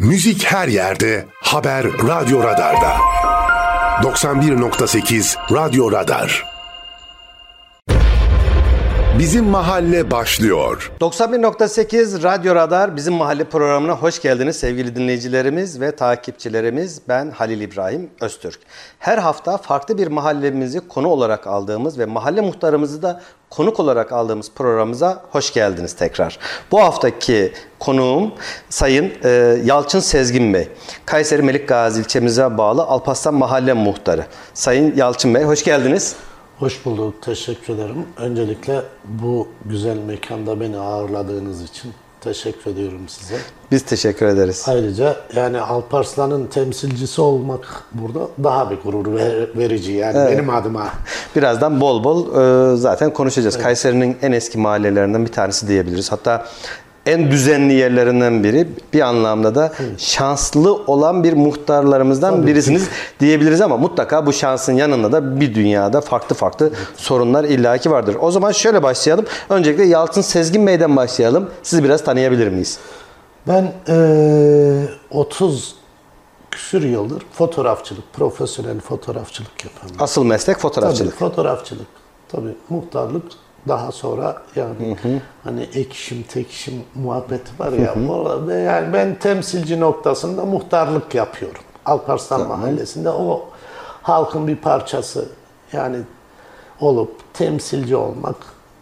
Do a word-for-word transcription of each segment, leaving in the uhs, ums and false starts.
Müzik her yerde, haber Radyo Radar'da. doksan bir nokta sekiz Radyo Radar. Bizim Mahalle başlıyor. doksan bir nokta sekiz Radyo Radar Bizim Mahalle programına hoş geldiniz sevgili dinleyicilerimiz ve takipçilerimiz. Ben Halil İbrahim Öztürk. Her hafta farklı bir mahallemizi konu olarak aldığımız ve mahalle muhtarımızı da konuk olarak aldığımız programımıza hoş geldiniz tekrar. Bu haftaki konuğum Sayın e, Yalçın Sezgin Bey. Kayseri Melikgazi ilçemize bağlı Alparslan Mahalle Muhtarı. Sayın Yalçın Bey hoş geldiniz. Hoş bulduk, teşekkür ederim. Öncelikle bu güzel mekanda beni ağırladığınız için teşekkür ediyorum size. Biz teşekkür ederiz. Ayrıca yani Alparslan'ın temsilcisi olmak burada daha bir gurur verici yani evet. Benim adıma. Birazdan bol bol e, zaten konuşacağız. Evet. Kayseri'nin en eski mahallelerinden bir tanesi diyebiliriz. Hatta en düzenli yerlerinden biri, bir anlamda da şanslı olan bir muhtarlarımızdan Tabii birisiniz ki. diyebiliriz ama mutlaka bu şansın yanında da bir dünyada farklı farklı evet. sorunlar illaki vardır. O zaman şöyle başlayalım. Öncelikle Yalçın Sezgin Bey'den başlayalım. Sizi biraz tanıyabilir miyiz? Ben e, otuz küsür yıldır fotoğrafçılık, profesyonel fotoğrafçılık yapıyorum. Asıl meslek fotoğrafçılık. Tabii fotoğrafçılık. Tabii muhtarlık. Daha sonra yani hı hı. hani ek işim, tek işim muhabbeti var ya. Hı hı. Orada yani ben temsilci noktasında muhtarlık yapıyorum. Alparslan tamam. Mahallesi'nde o halkın bir parçası yani olup temsilci olmak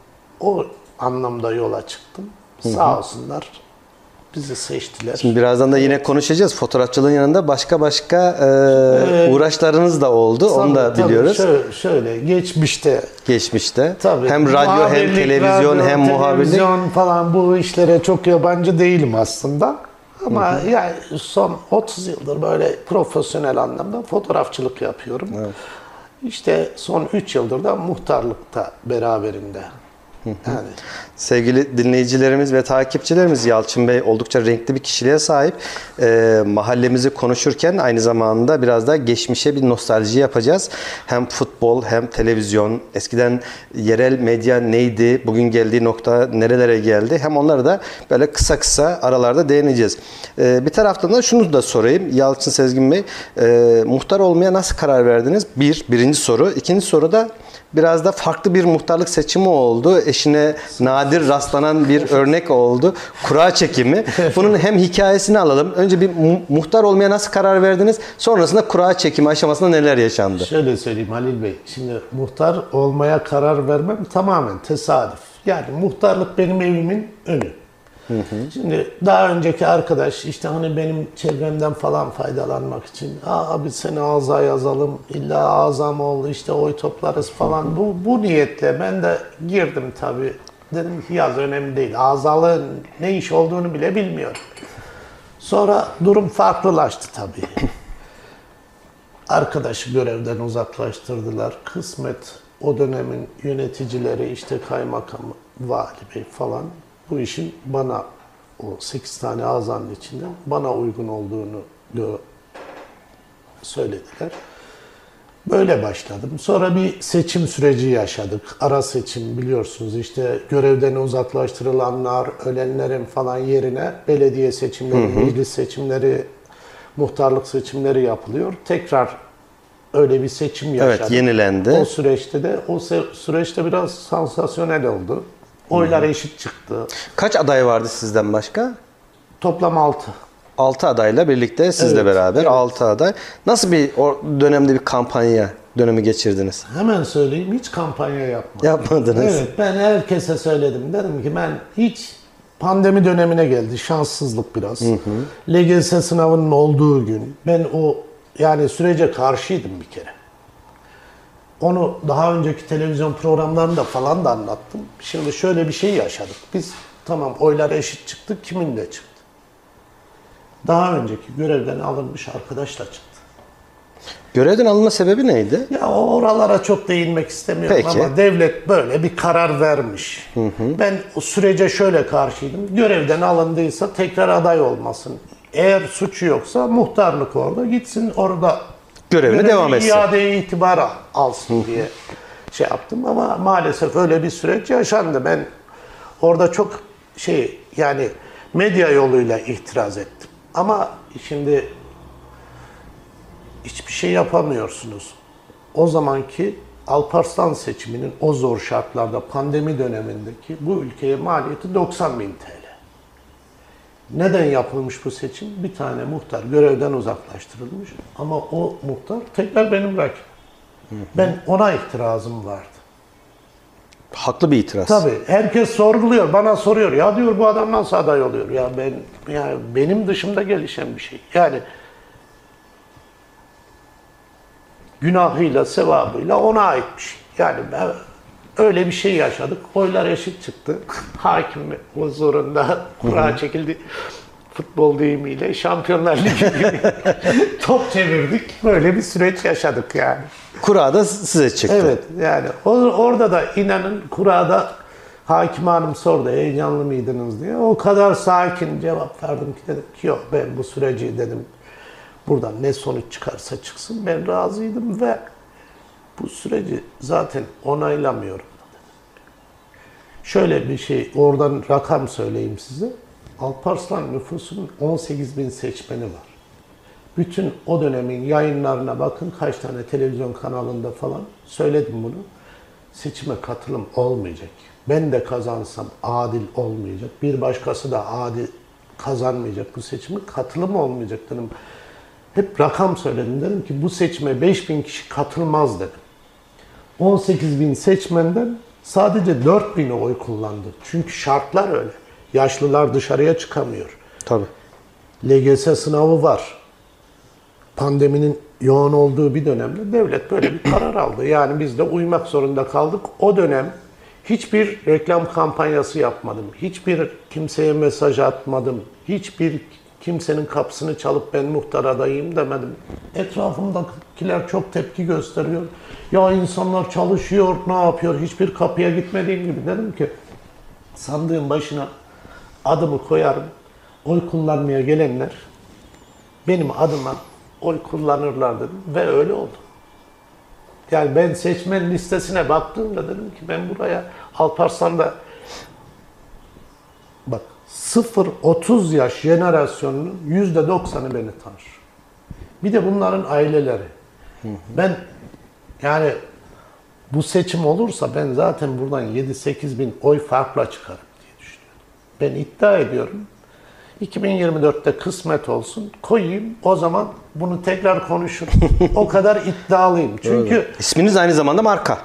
o anlamda yola çıktım. Hı hı. Sağ olsunlar. Bizi seçtiler. Şimdi birazdan da yine konuşacağız. Fotoğrafçılığın yanında başka başka e, ee, uğraşlarınız da oldu. Tabii, Onu da tabii, biliyoruz. Şöyle, şöyle geçmişte. Geçmişte. Tabii, hem radyo hem televizyon radyo, hem muhabirlik. Televizyon falan bu işlere çok yabancı değilim aslında. Ama hı hı. yani son otuz yıldır böyle profesyonel anlamda fotoğrafçılık yapıyorum. Evet. İşte son üç yıldır da muhtarlıkta beraberinde. Yani. Sevgili dinleyicilerimiz ve takipçilerimiz, Yalçın Bey oldukça renkli bir kişiliğe sahip. E, mahallemizi konuşurken aynı zamanda biraz da geçmişe bir nostalji yapacağız. Hem futbol hem televizyon, eskiden yerel medya neydi, bugün geldiği nokta nerelere geldi, hem onları da böyle kısa kısa aralarda değineceğiz. E, bir taraftan da şunu da sorayım Yalçın Sezgin Bey, e, muhtar olmaya nasıl karar verdiniz? Bir, birinci soru. İkinci soru da biraz da farklı bir muhtarlık seçimi oldu. Eşine nadir rastlanan bir örnek oldu. Kura çekimi. Bunun hem hikayesini alalım. Önce bir mu- muhtar olmaya nasıl karar verdiniz? Sonrasında kura çekimi aşamasında neler yaşandı? Şöyle söyleyeyim Halil Bey. Şimdi muhtar olmaya karar vermem tamamen tesadüf. Yani muhtarlık benim evimin önü. Hı hı. Şimdi daha önceki arkadaş işte hani benim çevremden falan faydalanmak için abi seni ağza yazalım illa ağza mı oldu işte oy toplarız falan bu bu niyetle ben de girdim tabii. Dedim ki yaz önemli değil. Ağzalığın ne iş olduğunu bile bilmiyorum. Sonra durum farklılaştı tabii. Arkadaşı görevden uzaklaştırdılar. Kısmet o dönemin yöneticileri işte kaymakam, vali bey falan bu işin bana o sekiz tane azanın içinde bana uygun olduğunu söylediler. Böyle başladım. Sonra bir seçim süreci yaşadık. Ara seçim biliyorsunuz işte görevden uzaklaştırılanlar, ölenlerin falan yerine belediye seçimleri, meclis seçimleri, muhtarlık seçimleri yapılıyor. Tekrar öyle bir seçim yaşadık. Evet, yenilendi. O süreçte de o süreçte biraz sansasyonel oldu. Oylar Hı-hı. eşit çıktı. Kaç aday vardı sizden başka? Toplam altı. altı adayla birlikte sizle evet, beraber evet. altı aday. Nasıl bir o dönemde bir kampanya dönemi geçirdiniz? Hemen söyleyeyim. Hiç kampanya yapmadım. Yapmadınız. Evet. Ben herkese söyledim. Dedim ki ben hiç pandemi dönemine geldi. Şanssızlık biraz. Hı hı. L G S sınavının olduğu gün ben o yani sürece karşıydım bir kere. Onu daha önceki televizyon programlarında falan da anlattım. Şimdi şöyle bir şey yaşadık. Biz tamam oylar eşit çıktı. Kimin de çıktı? Daha önceki görevden alınmış arkadaşla çıktı. Görevden alınma sebebi neydi? Ya oralara çok değinmek istemiyorum Peki. ama devlet böyle bir karar vermiş. Hı hı. Ben o sürece şöyle karşıydım. Görevden alındıysa tekrar aday olmasın. Eğer suçu yoksa muhtarlık orada gitsin orada görevine devam etsin. İadeye itibar alsın hı hı. diye şey yaptım ama maalesef öyle bir süreç yaşandı. Ben orada çok şey yani medya yoluyla itiraz ettim. Ama şimdi hiçbir şey yapamıyorsunuz. O zamanki Alparslan seçiminin o zor şartlarda pandemi dönemindeki bu ülkeye maliyeti doksan bin T L. Neden yapılmış bu seçim? Bir tane muhtar görevden uzaklaştırılmış ama o muhtar tekrar benim rakibim. Ben ona itirazım vardı. Haklı bir itiraz. Tabii. Herkes sorguluyor. Bana soruyor. Ya diyor bu adam nasıl aday oluyor? Ya ben yani benim dışımda gelişen bir şey. Yani günahıyla, sevabıyla ona ait bir şey. Yani ben, öyle bir şey yaşadık. Oylar eşit çıktı. Hakim huzurunda kura çekildi. Futbol deyimiyle Şampiyonlar Ligi gibi top çevirdik. Böyle bir süreç yaşadık yani. Kura da size çıktı. Evet yani orada da inanın kurada hakim hanım sordu heyecanlı mıydınız diye. O kadar sakin cevap verdim ki dedim ki yok ben bu süreci dedim buradan ne sonuç çıkarsa çıksın ben razıydım ve bu süreci zaten onaylamıyorum. Şöyle bir şey oradan rakam söyleyeyim size. Alparslan nüfusunun on sekiz bin seçmeni var. Bütün o dönemin yayınlarına bakın kaç tane televizyon kanalında falan söyledim bunu. Seçime katılım olmayacak. Ben de kazansam adil olmayacak. Bir başkası da adil kazanmayacak bu seçime. Katılım olmayacak dedim. Hep rakam söyledim. Dedim ki bu seçime beş bin kişi katılmaz dedim. on sekiz bin seçmenden sadece dört bini oy kullandı. Çünkü şartlar öyle. Yaşlılar dışarıya çıkamıyor. Tabii. L G S sınavı var. Pandeminin yoğun olduğu bir dönemde devlet böyle bir karar aldı. Yani biz de uymak zorunda kaldık. O dönem hiçbir reklam kampanyası yapmadım. Hiçbir kimseye mesaj atmadım. Hiçbir kimsenin kapısını çalıp ben muhtar adayım demedim. Etrafımdakiler çok tepki gösteriyor. Ya insanlar çalışıyor, ne yapıyor? Hiçbir kapıya gitmediğim gibi dedim ki sandığın başına adımı koyarım. Oy kullanmaya gelenler benim adıma oy kullanırlar dedim ve öyle oldu. Yani ben seçmen listesine baktığımda dedim ki ben buraya Alparslan'da bak sıfır otuz yaş jenerasyonunun yüzde doksanı beni tanır. Bir de bunların aileleri. Hı hı. Ben yani bu seçim olursa ben zaten buradan yedi sekiz bin oy farkla çıkarım diye düşünüyorum. Ben iddia ediyorum. iki bin yirmi dörtte kısmet olsun, koyayım, o zaman bunu tekrar konuşuruz. O kadar iddialıyım. Çünkü evet. İsminiz aynı zamanda marka.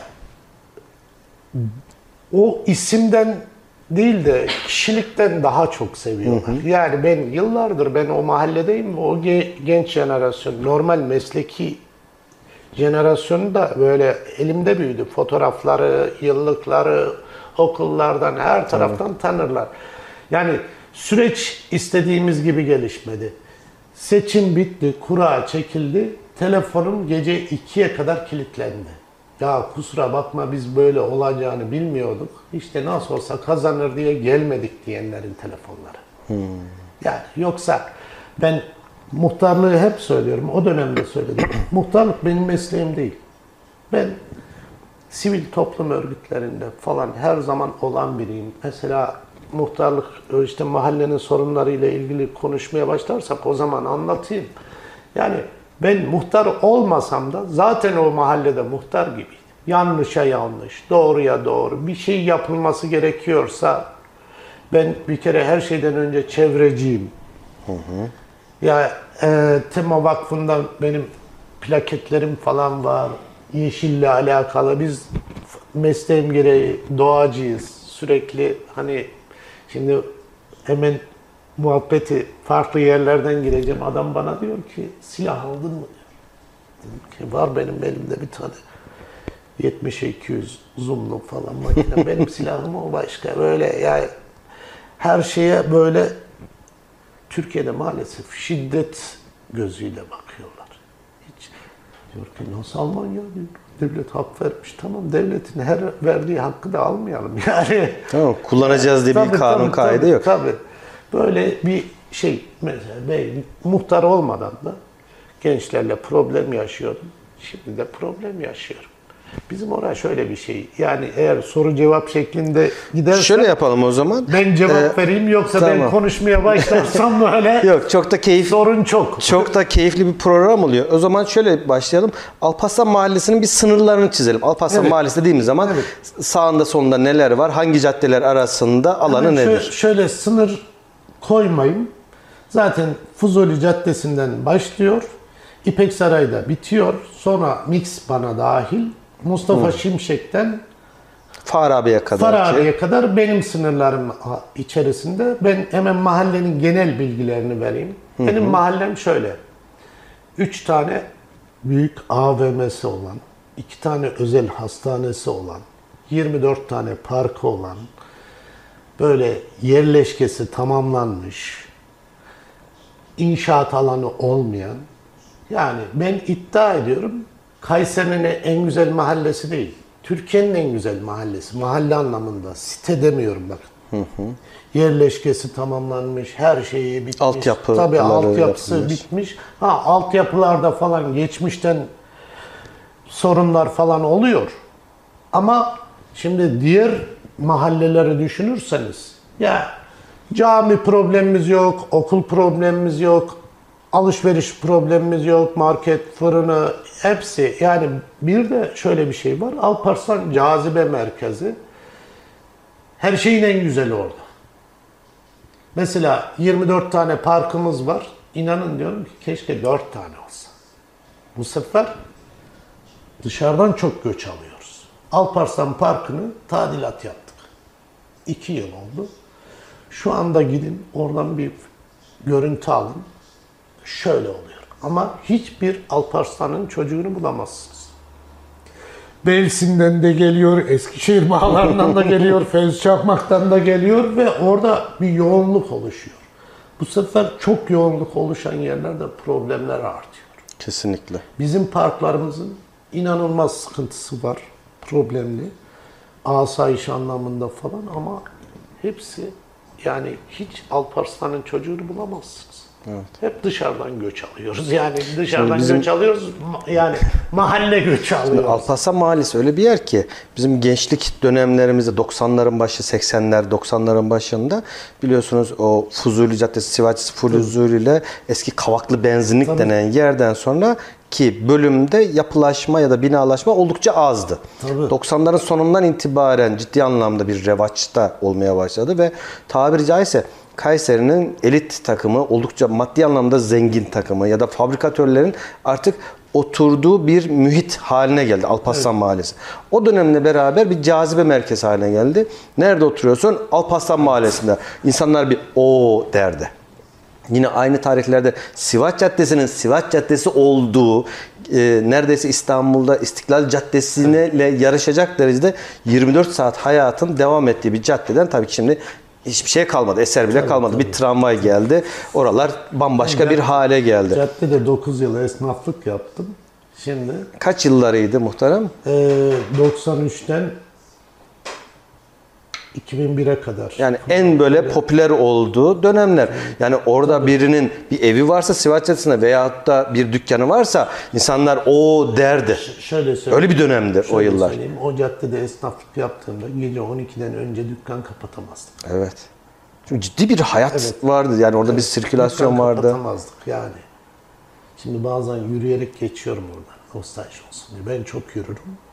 O isimden değil de kişilikten daha çok seviyorlar. Hı hı. Yani ben yıllardır ben o mahalledeyim ve o genç jenerasyon, normal mesleki jenerasyonu da böyle elimde büyüdü. Fotoğrafları, yıllıkları, okullardan, her taraftan evet. tanırlar. Yani süreç istediğimiz gibi gelişmedi. Seçim bitti, kura çekildi. Telefonum gece ikiye kadar kilitlendi. Ya kusura bakma biz böyle olacağını bilmiyorduk. İşte nasıl olsa kazanır diye gelmedik diyenlerin telefonları. Hmm. Yani yoksa ben muhtarlığı hep söylüyorum. O dönemde söyledim. Muhtarlık benim mesleğim değil. Ben sivil toplum örgütlerinde falan her zaman olan biriyim. Mesela muhtarlık işte mahallenin sorunlarıyla ilgili konuşmaya başlarsak o zaman anlatayım. Yani ben muhtar olmasam da zaten o mahallede muhtar gibiydim. Yanlışa yanlış, doğruya doğru. Bir şey yapılması gerekiyorsa ben bir kere her şeyden önce çevreciyim. Hı hı. Ya e, Tema Vakfı'ndan benim plaketlerim falan var. Yeşille alakalı. Biz mesleğim gereği doğacıyız. Sürekli hani şimdi hemen muhabbeti farklı yerlerden gireceğim. Adam bana diyor ki silah aldın mı? Dedim ki var benim elimde bir tane yetmiş iki yüz zoomlu falan makine. Benim silahım o başka. Böyle yani her şeye böyle Türkiye'de maalesef şiddet gözüyle bakıyorlar. Hiç diyor ki nasıl Almanya diyor. Devlet hak vermiş. Tamam devletin her verdiği hakkı da almayalım yani. Tamam kullanacağız diye tabii, bir kanun tabii, kaide tabii, yok. Tabii. Böyle bir şey mesela ben muhtar olmadan da gençlerle problem yaşıyordum. Şimdi de problem yaşıyorum. Bizim oraya şöyle bir şey. Yani eğer soru cevap şeklinde giderse... Şöyle yapalım o zaman. Ben cevap Ee, vereyim yoksa tamam. ben konuşmaya başlarsam böyle... Yok, çok da keyif sorun çok. Çok da keyifli bir program oluyor. O zaman şöyle başlayalım. Alparslan Mahallesi'nin bir sınırlarını çizelim. Alparslan Evet. Mahallesi dediğimiz zaman Evet. sağında solunda neler var? Hangi caddeler arasında alanı Hemen nedir? Şöyle, şöyle sınır koymayın. Zaten Fuzuli Caddesi'nden başlıyor. İpek Saray'da bitiyor. Sonra Mix bana dahil. Mustafa Hı. Şimşek'ten Farabi'ye kadar. Farabi'ye kadar benim sınırlarım içerisinde. Ben hemen mahallenin genel bilgilerini vereyim. Hı hı. Benim mahallem şöyle. Üç tane büyük A V M'si olan, iki tane özel hastanesi olan, yirmi dört tane parkı olan, böyle yerleşkesi tamamlanmış, inşaat alanı olmayan, yani ben iddia ediyorum Kayseri'nin en güzel mahallesi değil, Türkiye'nin en güzel mahallesi, mahalle anlamında, site demiyorum bakın. Hı hı. Yerleşkesi tamamlanmış, her şeyi bitmiş. Altyapı. Tabii altyapısı yapılmış. bitmiş. Ha, altyapılarda falan geçmişten sorunlar falan oluyor. Ama şimdi diğer mahalleleri düşünürseniz, ya cami problemimiz yok, okul problemimiz yok, alışveriş problemimiz yok, market, fırını, hepsi. Yani bir de şöyle bir şey var, Alparslan cazibe merkezi. Her şeyin en güzeli orada. Mesela yirmi dört tane parkımız var. İnanın diyorum ki keşke dört tane olsa. Bu sefer dışarıdan çok göç alıyoruz. Alparslan Parkı'nı tadilat yaptık. İki yıl oldu. Şu anda gidin oradan bir görüntü alın. Şöyle oluyor. Ama hiçbir Alparslan'ın çocuğunu bulamazsınız. Belsin'den de geliyor, Eskişehir bağlarından da geliyor, Fevzi Çakmak'tan da geliyor ve orada bir yoğunluk oluşuyor. Bu sefer çok yoğunluk oluşan yerlerde problemler artıyor. Kesinlikle. Bizim parklarımızın inanılmaz sıkıntısı var, problemli. Asayiş anlamında falan ama hepsi yani hiç Alparslan'ın çocuğunu bulamazsınız. Evet. Hep dışarıdan göç alıyoruz. Yani dışarıdan bizim, göç alıyoruz. Yani mahalle göç alıyoruz. Alparslan Mahallesi öyle bir yer ki bizim gençlik dönemlerimizde doksanların başı, seksenler, doksanların başında biliyorsunuz o Fuzuli Caddesi, Sivas Fuzuli ile eski Kavaklı Benzinlik Tabii. denen yerden sonra ki bölümde yapılaşma ya da binalaşma oldukça azdı. Tabii. doksanların sonundan itibaren ciddi anlamda bir revaçta olmaya başladı ve tabiri caizse Kayseri'nin elit takımı, oldukça maddi anlamda zengin takımı ya da fabrikatörlerin artık oturduğu bir mühit haline geldi Alparslan evet. Mahallesi. O dönemle beraber bir cazibe merkezi haline geldi. Nerede oturuyorsun? Alparslan Mahallesi'nde. İnsanlar bir o derdi. Yine aynı tarihlerde Sivas Caddesi'nin Sivas Caddesi olduğu, e, neredeyse İstanbul'da İstiklal Caddesi'yle evet. yarışacak derecede yirmi dört saat hayatın devam ettiği bir caddeden tabii ki şimdi hiçbir şey kalmadı. Eser bile tabii, kalmadı. Tabii. Bir tramvay geldi. Oralar bambaşka ben bir hale geldi. Caddede dokuz yıl esnaflık yaptım. Şimdi kaç yıllarıydı muhterem? Ee, doksan üçten iki bin bire kadar. Yani en böyle popüler olduğu dönemler. Yani orada Tabii. birinin bir evi varsa Sivas Caddesi'nde veyahut da bir dükkanı varsa insanlar o derdi. Ş- şöyle söyleyeyim. Öyle bir dönemdir o yıllar. Söyleyeyim. O caddede esnaflık yaptığımda gece on ikiden önce dükkan kapatamazdık. Evet. Çünkü ciddi bir hayat evet. vardı. Yani orada evet. bir sirkülasyon dükkan vardı. Kapatamazdık yani. Şimdi bazen yürüyerek geçiyorum oradan. Nostalji olsun diye. Ben çok yürürüm.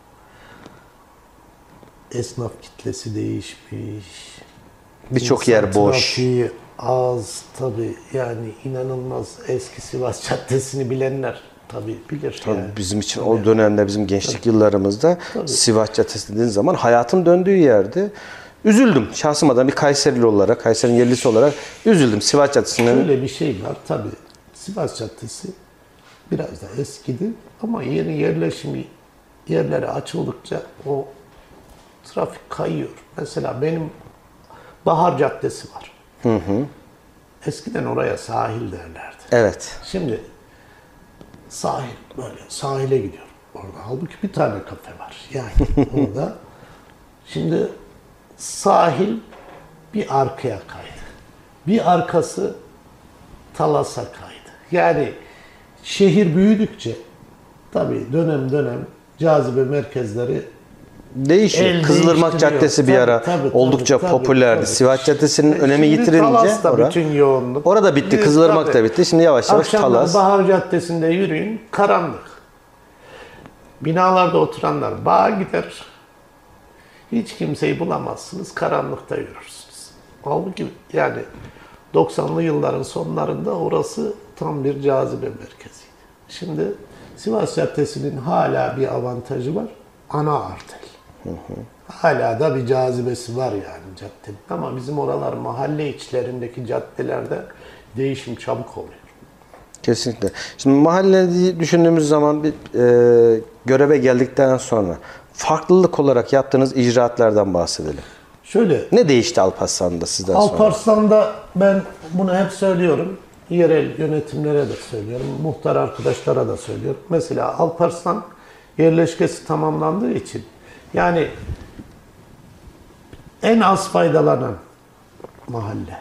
Esnaf kitlesi değişmiş. Birçok yer boş. Trafiği az tabii yani inanılmaz. Eski Sivas Caddesi'ni bilenler tabii bilir. Tabii yani. bizim için tabii. O dönemde bizim gençlik tabii. yıllarımızda tabii. Sivas Caddesi dediğin zaman hayatın döndüğü yerdi. Üzüldüm şahsım adına bir Kayserili olarak, Kayseri'nin yerlisi olarak üzüldüm Sivas Caddesi'nin. Şöyle bir şey var tabii. Sivas Caddesi biraz da eskidi ama yeni yerleşim yerleri açıldıkça o trafik kayıyor. Mesela benim Bahar Caddesi var. Hı hı. Eskiden oraya sahil derlerdi. Evet. Şimdi sahil böyle sahile gidiyorum. Orada halbuki bir tane kafe var. Yani orada. Şimdi sahil bir arkaya kaydı. Bir arkası Talas'a kaydı. Yani şehir büyüdükçe tabii dönem dönem cazibe merkezleri Değişiyor. el Kızılırmak değiştiriyor. Caddesi bir ara Tabii, tabii, oldukça tabii, popülerdi. tabii. Sivas Caddesi'nin E, önemi şimdi yitirince Talas'ta orada, bütün yoğunluk. orada bitti. Biz Kızılırmak da tabii bitti. Şimdi yavaş yavaş akşamları Talas. Bahar Caddesi'nde yürüyün, karanlık. Binalarda oturanlar bağa gider. Hiç kimseyi bulamazsınız, karanlıkta yürürsünüz. Halbuki yani doksanlı yılların sonlarında orası tam bir cazibe merkeziydi. Şimdi Sivas Caddesi'nin hala bir avantajı var. Ana arter. Hı hı. Hala da bir cazibesi var yani caddenin. Ama bizim oralar mahalle içlerindeki caddelerde değişim çabuk oluyor. Kesinlikle. Şimdi mahalleyi düşündüğümüz zaman bir e, göreve geldikten sonra farklılık olarak yaptığınız icraatlardan bahsedelim. Şöyle. Ne değişti Alparslan'da sizden sonra? Alparslan'da ben bunu hep söylüyorum. Yerel yönetimlere de söylüyorum. Muhtar arkadaşlara da söylüyorum. Mesela Alparslan yerleşkesi tamamlandığı için yani en az faydalanan mahalle.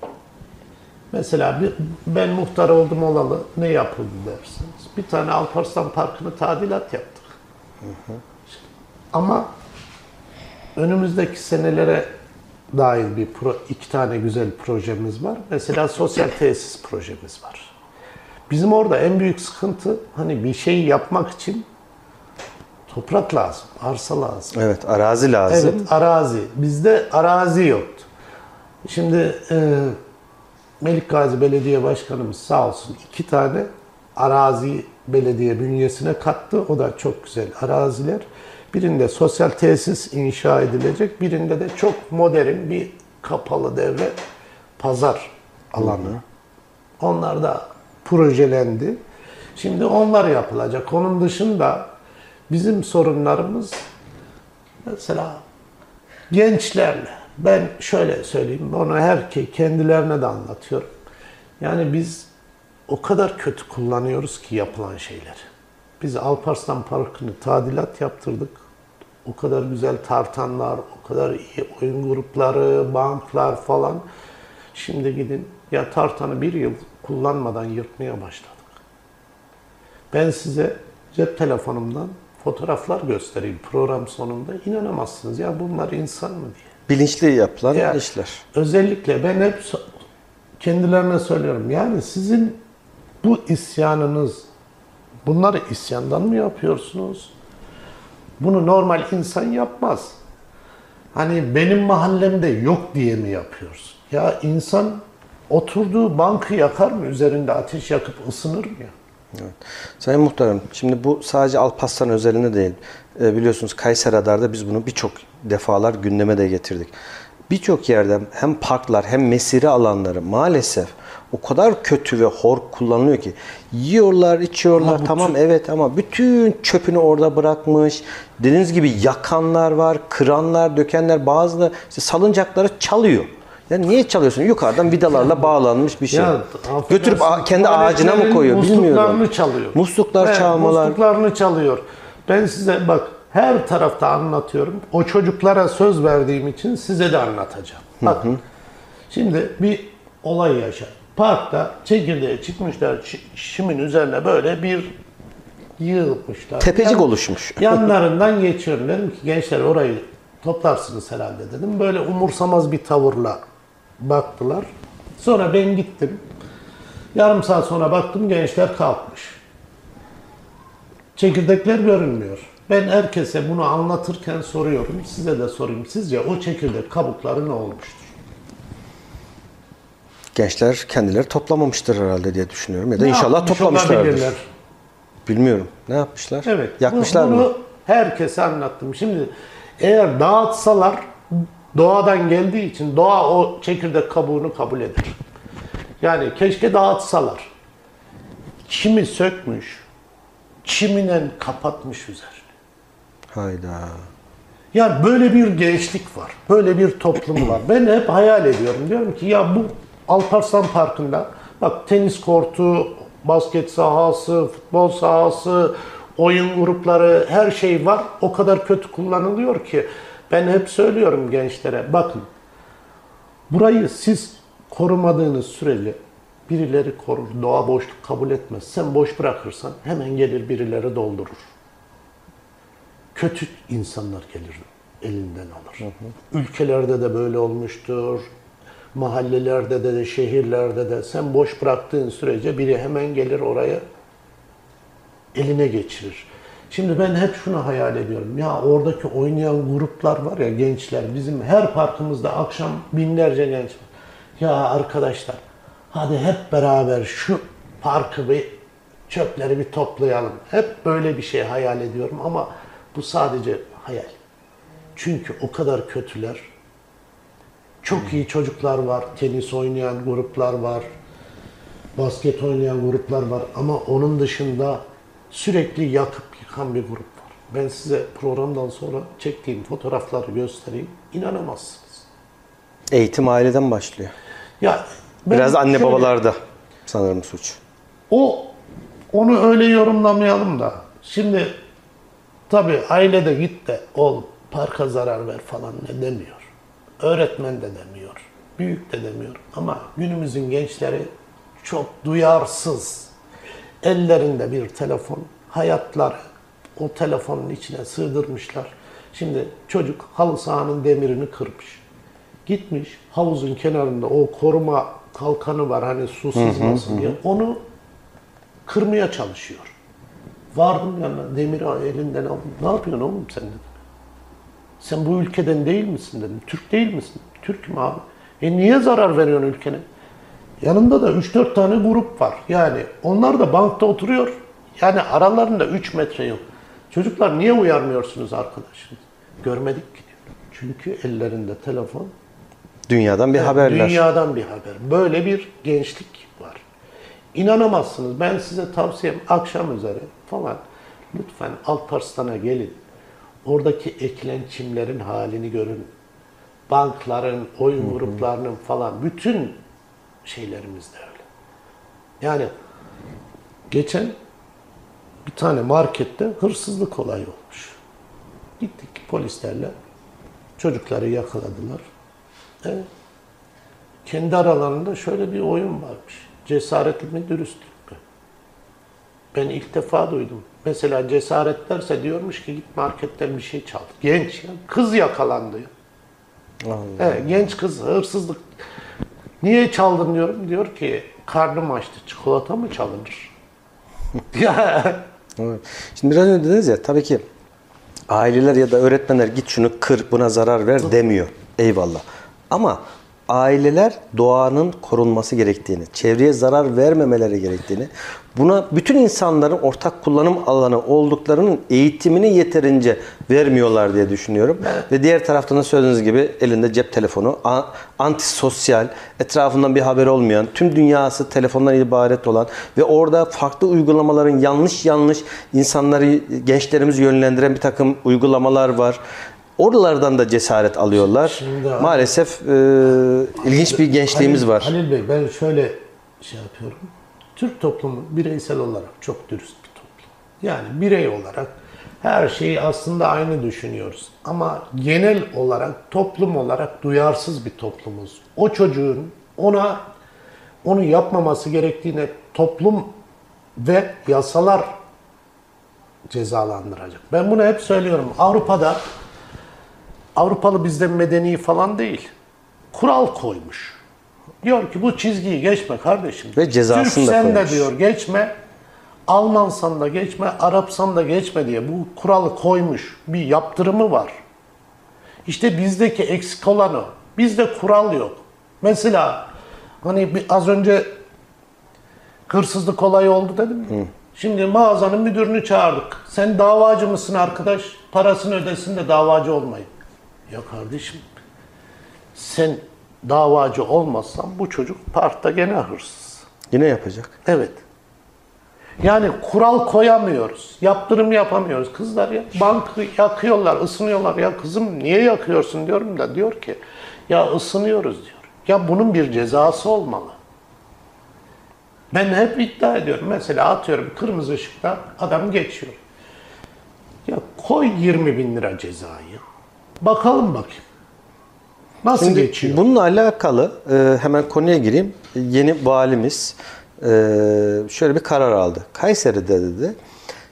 Mesela bir, ben muhtar oldum olalı ne yapıldı dersiniz. Bir tane Alparslan Parkı'nı tadilat yaptık. Hı hı. Ama önümüzdeki senelere dair bir pro, iki tane güzel projemiz var. Mesela sosyal tesis projemiz var. Bizim orada en büyük sıkıntı hani bir şey yapmak için toprak lazım, arsa lazım. Evet, arazi lazım. Evet, arazi. Bizde arazi yoktu. Şimdi e, Melikgazi Belediye Başkanımız sağ olsun iki tane arazi belediye bünyesine kattı. O da çok güzel araziler. Birinde sosyal tesis inşa edilecek, birinde de çok modern bir kapalı devre pazar alanı. Hı hı. Onlar da projelendi. Şimdi onlar yapılacak. Onun dışında bizim sorunlarımız mesela gençlerle. Ben şöyle söyleyeyim, onu her kendilerine de anlatıyorum. Yani biz o kadar kötü kullanıyoruz ki yapılan şeyleri. Biz Alparslan Parkı'nı tadilat yaptırdık. O kadar güzel tartanlar, o kadar iyi oyun grupları, banklar falan. Şimdi gidin ya tartanı bir yıl kullanmadan yırtmaya başladık. Ben size cep telefonumdan fotoğraflar göstereyim program sonunda. İnanamazsınız ya bunlar insan mı diye. Bilinçli yapılan yani, işler. Özellikle ben hep kendilerine söylüyorum. Yani sizin bu isyanınız, bunları isyandan mı yapıyorsunuz? Bunu normal insan yapmaz. Hani benim mahallemde yok diye mi yapıyoruz? Ya insan oturduğu bankı yakar mı? Üzerinde ateş yakıp ısınır mı ya? Evet. Sayın Muhtarım, şimdi bu sadece Alparslan özelinde değil. E, biliyorsunuz Kayseri Radar'da biz bunu birçok defalar gündeme de getirdik. Birçok yerde hem parklar hem mesire alanları maalesef o kadar kötü ve hor kullanılıyor ki yiyorlar, içiyorlar. Ama tamam evet ama bütün çöpünü orada bırakmış. Dediğiniz gibi yakanlar var, kıranlar, dökenler, bazı işte salıncakları çalıyor. Ya niye çalıyorsun? Yukarıdan vidalarla bağlanmış bir şey. Ya, götürüp kendi ağacına mı koyuyor bilmiyorum. Musluklarını çalıyor. Musluklar evet, çalmalar. Musluklarını çalıyor. Ben size bak her tarafta anlatıyorum. O çocuklara söz verdiğim için size de anlatacağım. Bak. Hı hı. Şimdi bir olay yaşar. Parkta çekirdeğe çıkmışlar, şimin üzerine böyle bir yığılmışlar. Tepecik Yan, oluşmuş. Yanlarından geçiyorum. Dedim ki gençler orayı toplarsınız herhalde dedim. Böyle umursamaz bir tavırla baktılar. Sonra ben gittim. Yarım saat sonra baktım gençler kalkmış. Çekirdekler görünmüyor. Ben herkese bunu anlatırken soruyorum. Size de sorayım. Sizce o çekirdek kabukları ne olmuştur? Gençler kendileri toplamamıştır herhalde diye düşünüyorum. Ya da ne inşallah toplamışlardır. Olabilirler? Bilmiyorum. Ne yapmışlar? Evet. Yakmışlar bunu mı? Bunu herkese anlattım. Şimdi eğer dağıtsalar doğadan geldiği için doğa o çekirdek kabuğunu kabul eder. Yani keşke dağıtsalar. Çimi sökmüş, çiminen kapatmış üzerini. Hayda. Yani böyle bir gençlik var, böyle bir toplum var. Ben hep hayal ediyorum. Diyorum ki ya bu Alparslan Parkı'nda bak tenis kortu, basket sahası, futbol sahası, oyun grupları, her şey var. O kadar kötü kullanılıyor ki ben hep söylüyorum gençlere bakın burayı siz korumadığınız sürece birileri korur. Doğa boşluk kabul etmez. Sen boş bırakırsan hemen gelir birileri doldurur. kötü insanlar gelir elinden alır. Hı hı. Ülkelerde de böyle olmuştur. Mahallelerde de, de şehirlerde de sen boş bıraktığın sürece biri hemen gelir oraya eline geçirir. Şimdi ben hep şunu hayal ediyorum. Ya oradaki oynayan gruplar var ya, gençler, bizim her parkımızda akşam binlerce genç var. Ya arkadaşlar, hadi hep beraber şu parkı bir, çöpleri bir toplayalım. Hep böyle bir şey hayal ediyorum ama bu sadece hayal. Çünkü o kadar kötüler. Çok iyi çocuklar var, tenis oynayan gruplar var, basket oynayan gruplar var ama onun dışında sürekli yakıp yıkan bir grup var. Ben size programdan sonra çektiğim fotoğrafları göstereyim, inanamazsınız. Eğitim aileden başlıyor. Ya biraz anne şöyle, babalarda sanırım suç. O onu öyle yorumlamayalım da. Şimdi tabii aile de git de ol parka zarar ver falan ne demiyor. Öğretmen de demiyor. Büyük de demiyor. Ama günümüzün gençleri çok duyarsız. Ellerinde bir telefon, hayatları o telefonun içine sığdırmışlar. Şimdi çocuk halı sahanın demirini kırmış. Gitmiş havuzun kenarında o koruma kalkanı var hani su sızmasın diye. Onu kırmaya çalışıyor. Vardım yanına, demiri elinden aldım. Ne yapıyorsun oğlum sen dedim. Sen bu ülkeden değil misin dedim. Türk değil misin? Türk'üm abi. E niye zarar veriyorsun ülkene? Yanında da üç dört tane grup var. Yani onlar da bankta oturuyor. Yani aralarında üç metre yok. Çocuklar niye uyarmıyorsunuz arkadaşınız? Görmedik ki diyor. Çünkü ellerinde telefon. Dünyadan bir Evet, haberler. Dünyadan bir haber. Böyle bir gençlik var. İnanamazsınız. Ben size tavsiyem akşam üzeri falan lütfen Alparslan'a gelin. Oradaki ekilen çimlerin halini görün. Bankların, oyun hı hı. gruplarının falan bütün şeylerimiz de öyle. Yani geçen bir tane markette hırsızlık olayı olmuş. Gittik polislerle çocukları yakaladılar. Evet. Kendi aralarında şöyle bir oyun varmış. Cesaretli mi, dürüstlük mü? Ben ilk defa duydum. Mesela cesaret derse diyormuş ki git marketten bir şey çaldı. Genç ya, kız yakalandı ya. Allah. Evet, genç kız hırsızlık. Niye çaldın diyorum. Diyor ki karnım açtı. Çikolata mı çalınır? Evet. Şimdi biraz önce dediniz ya tabii ki aileler ya da öğretmenler git şunu kır buna zarar ver demiyor. Eyvallah. Ama aileler doğanın korunması gerektiğini, çevreye zarar vermemeleri gerektiğini, buna bütün insanların ortak kullanım alanı olduklarının eğitimini yeterince vermiyorlar diye düşünüyorum. Evet. Ve diğer taraftan da söylediğiniz gibi elinde cep telefonu, antisosyal, etrafından bir haber olmayan, tüm dünyası telefondan ibaret olan ve orada farklı uygulamaların yanlış yanlış insanları, gençlerimizi yönlendiren bir takım uygulamalar var. Oralardan da cesaret alıyorlar. Şimdi maalesef e, ilginç bir gençliğimiz Halil, var. Halil Bey ben şöyle şey yapıyorum. Türk toplumu bireysel olarak çok dürüst bir toplum. Yani birey olarak her şeyi aslında aynı düşünüyoruz. Ama genel olarak toplum olarak duyarsız bir toplumuz. O çocuğun ona onu yapmaması gerektiğine toplum ve yasalar cezalandıracak. Ben bunu hep söylüyorum. Avrupa'da Avrupalı bizden medeni falan değil. Kural koymuş. Diyor ki bu çizgiyi geçme kardeşim. Ve cezasını da koymuş. Türk sen de diyor geçme. Almansan da geçme, Arapsan da geçme diye bu kuralı koymuş. Bir yaptırımı var. İşte bizdeki eksik olan o. Bizde kural yok. Mesela hani bir, az önce hırsızlık olayı oldu dedim mi? Hı. Şimdi mağazanın müdürünü çağırdık. Sen davacı mısın arkadaş? Parasını ödesin de davacı olmayın. Ya kardeşim sen davacı olmazsan bu çocuk parkta gene hırsız. Yine yapacak. Evet. Yani kural koyamıyoruz. Yaptırım yapamıyoruz. Kızlar ya bankı yakıyorlar, ısınıyorlar. Ya kızım niye yakıyorsun diyorum da diyor ki ya ısınıyoruz diyor. Ya bunun bir cezası olmalı. Ben hep iddia ediyorum. Mesela atıyorum kırmızı ışıkta adam geçiyor. Ya koy yirmi bin lira cezayı. Bakalım bakayım. Nasıl Şimdi geçiyor? Bununla alakalı e, hemen konuya gireyim. Yeni valimiz e, şöyle bir karar aldı. Kayseri'de dedi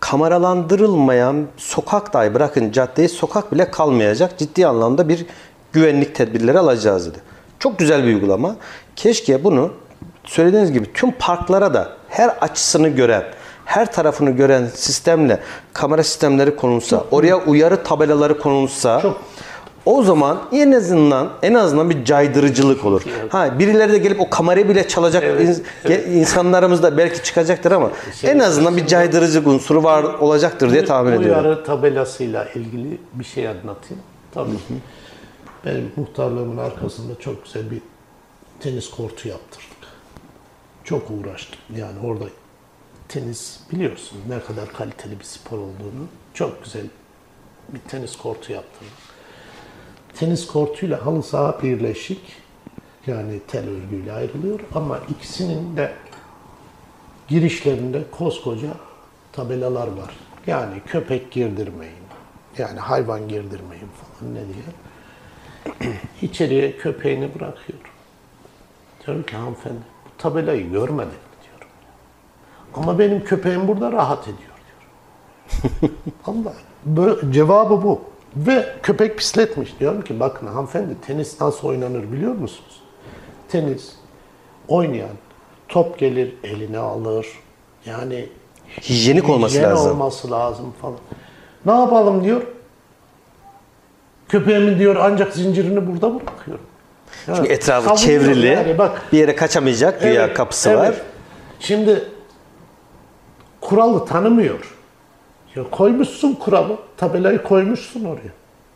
kameralandırılmayan sokak dahi bırakın caddeyi, sokak bile kalmayacak ciddi anlamda bir güvenlik tedbirleri alacağız dedi. Çok güzel bir uygulama. Keşke bunu söylediğiniz gibi tüm parklara da her açısını gören, her tarafını gören sistemle kamera sistemleri konulsa, çok oraya uyarı tabelaları konulsa, çok. O zaman en azından en azından bir caydırıcılık olur. Ha, birileri de gelip o kamerayı bile çalacak evet, evet. insanlarımız da belki çıkacaktır ama şey, en azından bir caydırıcılık unsuru var olacaktır diye tahmin ediyorum. Uyarı tabelasıyla ilgili bir şey anlatayım. Tabii. Hı hı. Benim muhtarlığımın arkasında çok güzel bir tenis kortu yaptırdık. Çok uğraştım. Yani orada tenis biliyorsunuz ne kadar kaliteli bir spor olduğunu. Çok güzel bir tenis kortu yaptırdık. Tenis kortuyla halı saha birleşik. Yani tel örgüyle ayrılıyor ama ikisinin de girişlerinde koskoca tabelalar var. Yani köpek girdirmeyin, yani hayvan girdirmeyin falan ne diye. İçeriye köpeğini bırakıyor. Diyorum ki hanımefendi bu tabelayı görmedin mi diyorum. Ama benim köpeğim burada rahat ediyor diyor. Allah, böyle, cevabı bu. Ve köpek pisletmiş. Diyorum ki bakın hanımefendi tenis nasıl oynanır biliyor musunuz? Tenis oynayan top gelir eline alır. Yani hijyenik olması hijyen lazım. olması lazım falan. Ne yapalım diyor. Köpeğimin diyor ancak zincirini burada bırakıyorum. Yani, çünkü etrafı çevrili. Yani, bak, bir yere kaçamayacak güya evet, kapısı evet. var. Şimdi kuralı tanımıyor. Ya koymuşsun kuralı, tabelayı koymuşsun oraya.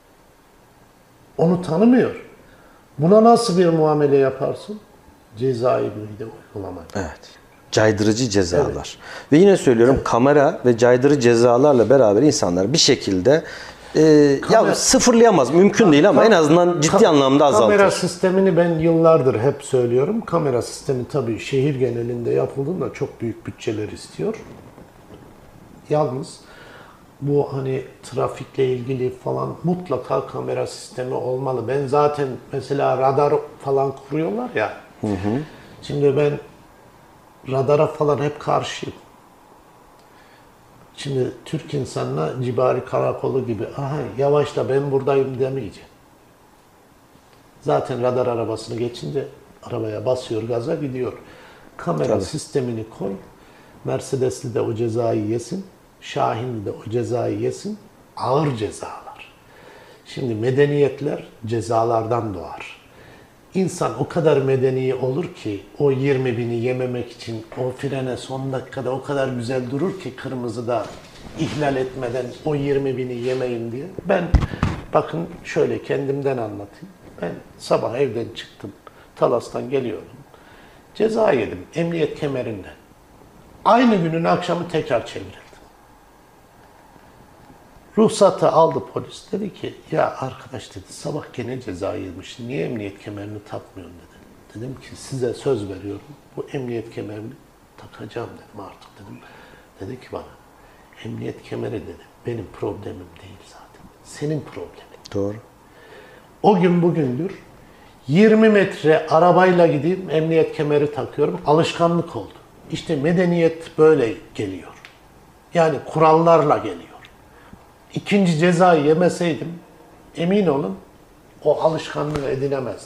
Onu tanımıyor. Buna nasıl bir muamele yaparsın? Cezai bir de uygulama. Evet. Caydırıcı cezalar. Evet. Ve yine söylüyorum evet. kamera ve caydırıcı cezalarla beraber insanlar bir şekilde e, kamera, ya sıfırlayamaz. Mümkün kam- değil ama kam- en azından ciddi kam- anlamda azaltır. Kamera sistemini ben yıllardır hep söylüyorum. Kamera sistemi tabii şehir genelinde yapıldığında çok büyük bütçeler istiyor. Yalnız bu hani trafikle ilgili falan mutlaka kamera sistemi olmalı. Ben zaten mesela radar falan kuruyorlar ya. Hı hı. Şimdi ben radara falan hep karşıyım. Şimdi Türk insanına Cibari Karakolu gibi aha yavaşla ben buradayım demeyeceğim. Zaten radar arabasını geçince arabaya basıyor gaza gidiyor. Kamera Tabii. sistemini koy. Mercedesli de o cezayı yesin. Şahinli de o cezayı yesin. Ağır cezalar. Şimdi medeniyetler cezalardan doğar. İnsan o kadar medeni olur ki o yirmi bini yememek için o frene son dakikada o kadar güzel durur ki kırmızıda ihlal etmeden o yirmi bini yemeyim diye. Ben bakın şöyle kendimden anlatayım. Ben sabah evden çıktım. Talas'tan geliyordum. Ceza yedim emniyet kemerinden. Aynı günün akşamı tekrar çevrildim. Ruhsatı aldı polis. Dedi ki ya arkadaş dedi sabah gene ceza yemişsin. Niye emniyet kemerini takmıyorsun dedi. Dedim ki size söz veriyorum. Bu emniyet kemerini takacağım dedim artık dedim. Dedi ki bana emniyet kemeri dedi benim problemim değil zaten. Senin problemin. Doğru. O gün bugündür yirmi metre arabayla gideyim emniyet kemeri takıyorum. Alışkanlık oldu. İşte medeniyet böyle geliyor. Yani kurallarla geliyor. İkinci cezayı yemeseydim emin olun o alışkanlığı edinemezdim.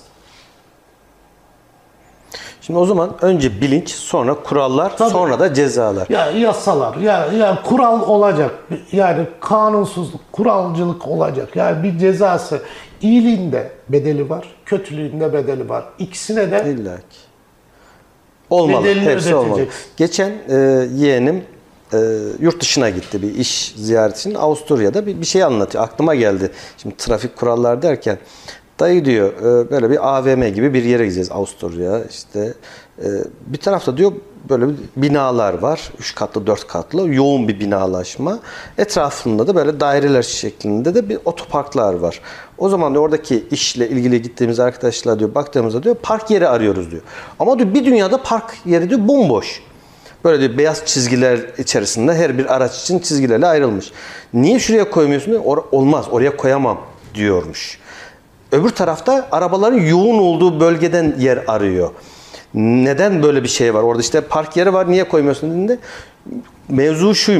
Şimdi o zaman önce bilinç, sonra kurallar, Tabii. sonra da cezalar. Ya yasalar, ya ya kural olacak. Yani kanunsuzluk, kuralcılık olacak. Yani bir cezası iyiliğinde bedeli var, kötülüğünde bedeli var. İkisine de İlla ki. Olmalı. Hepsi ödetecek. Olmalı. Geçen e, yeğenim e, yurt dışına gitti bir iş ziyaretinin. Avusturya'da bir, bir şey anlatıyor. Aklıma geldi. Şimdi trafik kurallar derken dayı diyor e, böyle bir A V M gibi bir yere gideceğiz Avusturya. İşte e, bir tarafta diyor böyle binalar var. Üç katlı, dört katlı. Yoğun bir binalaşma. Etrafında da böyle daireler şeklinde de bir otoparklar var. O zaman diyor oradaki işle ilgili gittiğimiz arkadaşlar diyor baktığımızda diyor park yeri arıyoruz diyor. Ama diyor bir dünyada park yeri diyor bomboş. Böyle diyor beyaz çizgiler içerisinde her bir araç için çizgilerle ayrılmış. Niye şuraya koymuyorsun diyor. Or- olmaz oraya koyamam diyormuş. Öbür tarafta arabaların yoğun olduğu bölgeden yer arıyor. Neden böyle bir şey var? Orada işte park yeri var niye koymuyorsun dediğinde mevzu şuymuş.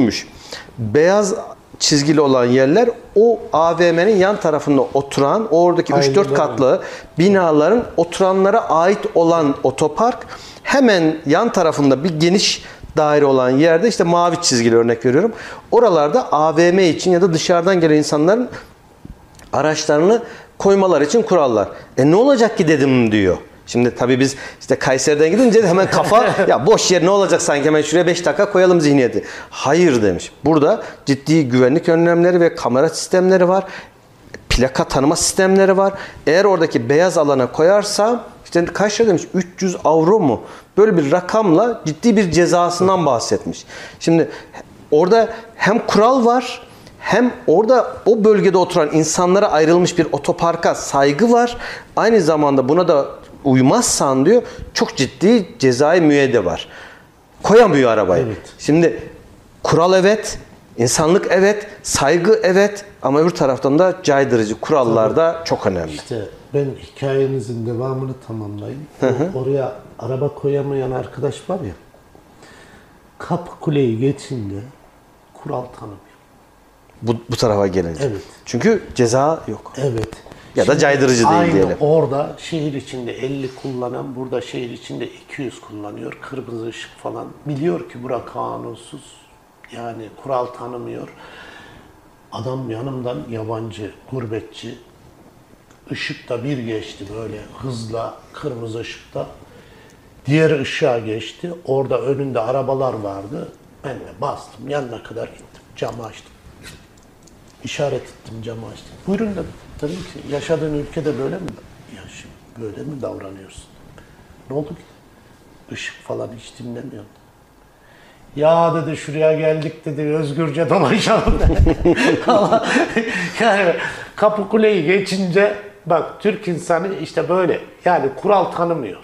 Beyaz çizgili olan yerler o A V M'nin yan tarafında oturan, oradaki üç dört katlı binaların oturanlara ait olan otopark. Hemen yan tarafında bir geniş daire olan yerde işte mavi çizgili örnek veriyorum. Oralarda A V M için ya da dışarıdan gelen insanların araçlarını koymalar için kurallar. E ne olacak ki dedim diyor. Şimdi tabii biz işte Kayseri'den gidince de hemen kafa ya boş yer ne olacak sanki hemen şuraya beş dakika koyalım zihniyeti. Hayır demiş. Burada ciddi güvenlik önlemleri ve kamera sistemleri var. Plaka tanıma sistemleri var. Eğer oradaki beyaz alana koyarsam işte kaç lira demiş? üç yüz avro mu? Böyle bir rakamla ciddi bir cezasından bahsetmiş. Şimdi orada hem kural var hem orada o bölgede oturan insanlara ayrılmış bir otoparka saygı var. Aynı zamanda buna da uymazsan diyor çok ciddi cezai müeyyide var. Koyamıyor arabayı. Evet. Şimdi kural evet, insanlık evet, saygı evet ama öbür taraftan da caydırıcı kurallar da çok önemli. İşte ben hikayenizin devamını tamamlayayım. Hı hı. Oraya araba koyamayan arkadaş var ya, Kapı Kuleyi geçince kural tanımıyor. Bu, bu tarafa gelince. Evet. Çünkü ceza yok. Evet. Ya da şimdi caydırıcı değil aynı diyelim. Orada şehir içinde elli kullanan burada şehir içinde iki yüz kullanıyor. Kırmızı ışık falan. Biliyor ki bura kanunsuz. Yani kural tanımıyor. Adam yanımdan yabancı, gurbetçi. Işıkta bir geçti böyle hızla kırmızı ışıkta. Diğer ışığa geçti. Orada önünde arabalar vardı. Ben de bastım. Yanına kadar gittim. Camı açtım. İşaret ettim, camı açtım. Buyurun dedim. Dedim ki yaşadığın ülkede böyle mi yaşıyorsun? Böyle mi davranıyorsun? Ne oldu ki? Işık falan hiç dinlemiyordu. Ya dedi şuraya geldik dedi özgürce dolaşalım dedi. Ama yani Kapıkule'yi geçince bak Türk insanı işte böyle yani kural tanımıyor.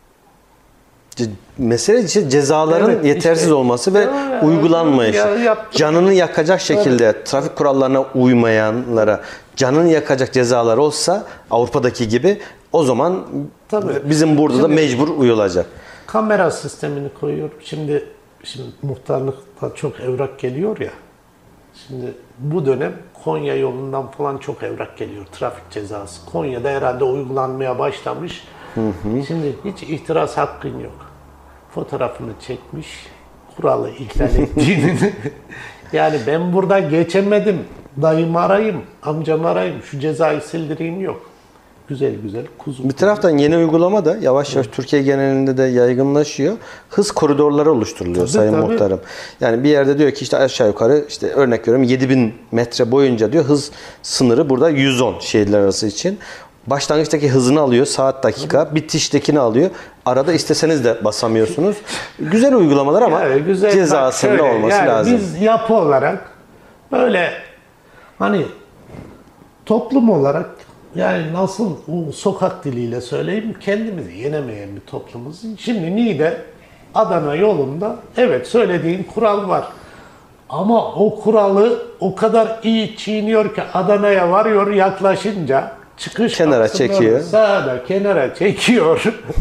Mesele işte cezaların evet, yetersiz işte, olması ve ya, uygulanmayışı. Ya, canını yakacak şekilde evet. Trafik kurallarına uymayanlara canını yakacak cezalar olsa Avrupa'daki gibi o zaman tabii. Bizim burada şimdi, da mecbur uyulacak. Kamera sistemini koyuyorum. Şimdi şimdi muhtarlıkta çok evrak geliyor ya. Şimdi bu dönem Konya yolundan falan çok evrak geliyor. Trafik cezası. Konya'da herhalde uygulanmaya başlamış. Hı hı. Şimdi hiç itiraz hakkın yok. Fotoğrafını çekmiş, kuralı ihlal ettiğini. Yani ben burada geçemedim, dayımı arayayım, amcamı arayayım, şu cezayı sildireyim yok. Güzel güzel kuzum. Bir taraftan yeni uygulama da yavaş yavaş evet. Türkiye genelinde de yaygınlaşıyor. Hız koridorları oluşturuluyor tabii, Sayın tabii. Muhtarım. Yani bir yerde diyor ki işte aşağı yukarı işte örnek veriyorum yedi bin metre boyunca diyor hız sınırı burada yüz on şehirler arası için. Başlangıçtaki hızını alıyor, saat dakika, bitiştekini alıyor. Arada isteseniz de basamıyorsunuz. Güzel uygulamalar ama yani güzel, cezasında şöyle, olması yani lazım. Biz yapı olarak böyle hani toplum olarak yani nasıl o sokak diliyle söyleyeyim kendimizi yenemeyen bir toplumuz. Şimdi Niğde Adana yolunda evet söylediğin kural var. Ama o kuralı o kadar iyi çiğniyor ki Adana'ya varıyor yaklaşınca çıkış kenara çekiyor. Sağda kenara çekiyor.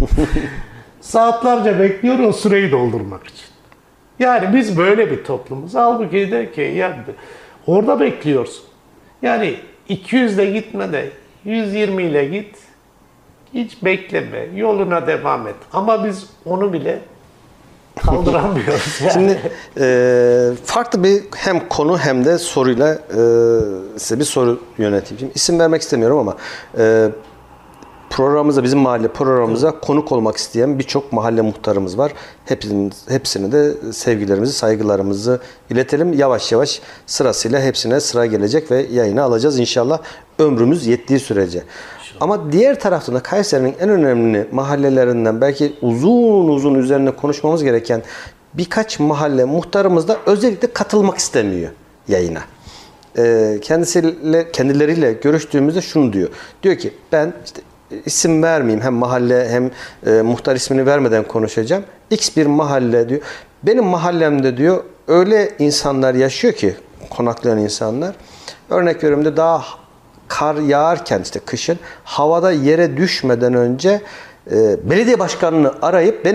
Saatlerce bekliyor o süreyi doldurmak için. Yani biz böyle bir toplumuz. Halbuki de ki ya orada bekliyorsun. Yani iki yüz ile gitme de yüz yirmi ile git. Hiç bekleme. Yoluna devam et. Ama biz onu bile kaldıramıyoruz. Yani. Şimdi e, farklı bir hem konu hem de soruyla e, size bir soru yöneteyim. Şimdi isim vermek istemiyorum ama e, programımıza, bizim mahalle programımıza evet. konuk olmak isteyen birçok mahalle muhtarımız var. Hepsinin, hepsine de sevgilerimizi, saygılarımızı iletelim. Yavaş yavaş sırasıyla hepsine sıra gelecek ve yayına alacağız inşallah ömrümüz yettiği sürece. Ama diğer taraftan da Kayseri'nin en önemli mahallelerinden belki uzun uzun üzerine konuşmamız gereken birkaç mahalle muhtarımız da özellikle katılmak istemiyor yayına. Ee, kendisiyle, kendileriyle görüştüğümüzde şunu diyor. Diyor ki ben işte isim vermeyeyim hem mahalle hem e, muhtar ismini vermeden konuşacağım. X bir mahalle diyor. Benim mahallemde diyor öyle insanlar yaşıyor ki konaklayan insanlar. Örnek veriyorum da daha kar yağarken işte kışın havada yere düşmeden önce e, belediye başkanını arayıp benim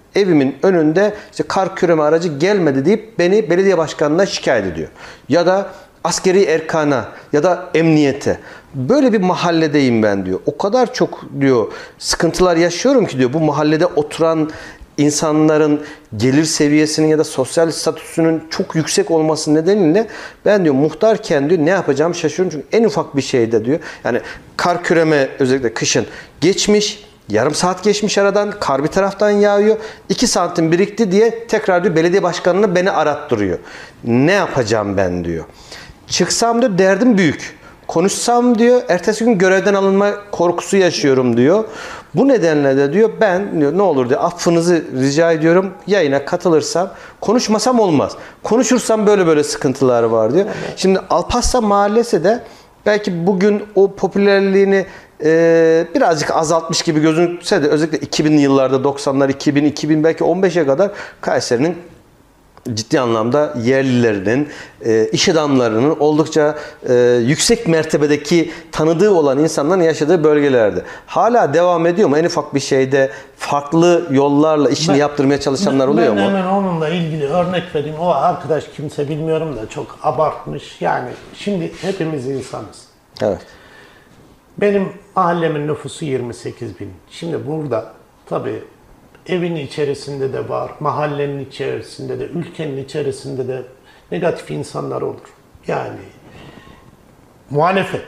evimin önünde işte kar küreme aracı gelmedi deyip beni belediye başkanına şikayet ediyor. Ya da askeri erkana ya da emniyete. Böyle bir mahalledeyim ben diyor. O kadar çok diyor sıkıntılar yaşıyorum ki diyor bu mahallede oturan insanların gelir seviyesinin ya da sosyal statüsünün çok yüksek olması nedeniyle ben diyor muhtarken diyor ne yapacağımı şaşırıyorum. Çünkü en ufak bir şeyde diyor yani kar küreme özellikle kışın geçmiş, yarım saat geçmiş aradan, kar bir taraftan yağıyor. iki santim birikti diye tekrar diyor belediye başkanını beni arattırıyor. Ne yapacağım ben diyor. Çıksam diyor derdim büyük. Konuşsam diyor ertesi gün görevden alınma korkusu yaşıyorum diyor. Bu nedenle de diyor ben diyor, ne olur diyor affınızı rica ediyorum yayına katılırsam konuşmasam olmaz. Konuşursam böyle böyle sıkıntılar var diyor. Şimdi Alparslan Mahallesi de belki bugün o popülerliğini e, birazcık azaltmış gibi gözükse de özellikle iki binli yıllarda doksanlar, iki bin, iki bin belki on beşe kadar Kayseri'nin ciddi anlamda yerlilerinin, e, iş adamlarının oldukça e, yüksek mertebedeki tanıdığı olan insanların yaşadığı bölgelerde. Hala devam ediyor mu? En ufak bir şeyde farklı yollarla işini ben, yaptırmaya çalışanlar oluyor ben mu? Ben hemen onunla ilgili örnek vereyim. O arkadaş kimse bilmiyorum da çok abartmış. Yani şimdi hepimiz insanız. Evet. Benim mahallemin nüfusu yirmi sekiz bin. Şimdi burada tabii evin içerisinde de var, mahallenin içerisinde de, ülkenin içerisinde de negatif insanlar olur. Yani muhalefet.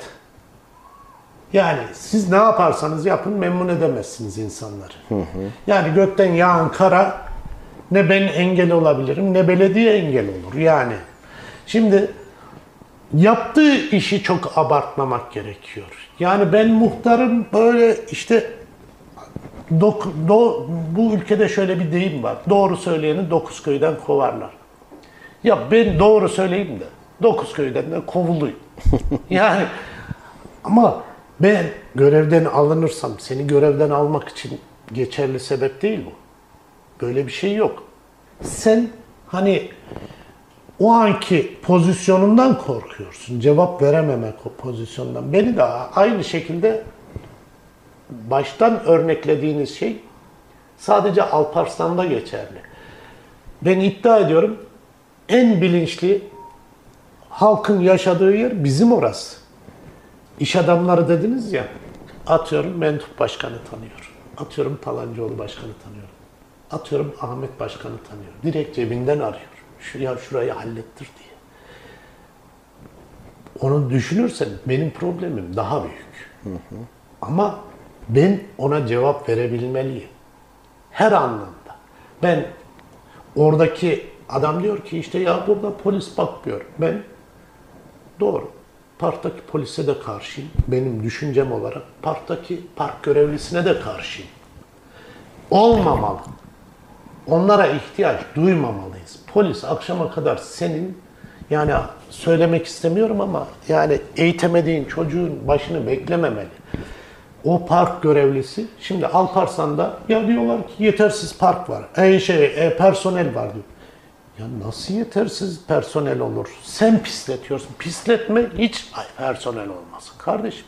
Yani siz ne yaparsanız yapın memnun edemezsiniz insanları. Hı hı. Yani gökten yağan kara ne ben engel olabilirim ne belediye engel olur. Yani şimdi yaptığı işi çok abartmamak gerekiyor. Yani ben muhtarım böyle işte Dok, do, bu ülkede şöyle bir deyim var. Doğru söyleyeni dokuz köyden kovarlar. Ya ben doğru söyleyeyim de dokuz köyden de kovuluyum. Yani ama ben görevden alınırsam seni görevden almak için geçerli sebep değil bu. Böyle bir şey yok. Sen hani o anki pozisyonundan korkuyorsun. Cevap verememek o pozisyondan. Beni de aynı şekilde baştan örneklediğiniz şey sadece Alparslan'da geçerli. Ben iddia ediyorum en bilinçli halkın yaşadığı yer bizim orası. İş adamları dediniz ya, atıyorum Mentup Başkanı tanıyor. Atıyorum Palancıoğlu Başkanı tanıyorum. Atıyorum Ahmet Başkanı tanıyor. Direkt cebinden arıyor. Şuraya şurayı hallettir diye. Onu düşünürsen benim problemim daha büyük. Hı hı. Ama ben ona cevap verebilmeliyim. Her anlamda. Ben oradaki adam diyor ki işte ya burada polis bakmıyor. Ben doğru. Parktaki polise de karşıyım. Benim düşüncem olarak parktaki park görevlisine de karşıyım. Olmamalı. Onlara ihtiyaç duymamalıyız. Polis akşama kadar senin yani söylemek istemiyorum ama yani eğitemediğin çocuğun başını beklememeli. O park görevlisi, şimdi Alparslan'da ya diyorlar ki yetersiz park var, e şey, e, personel var diyor. Ya nasıl yetersiz personel olur? Sen pisletiyorsun. Pisletme hiç personel olmasın kardeşim.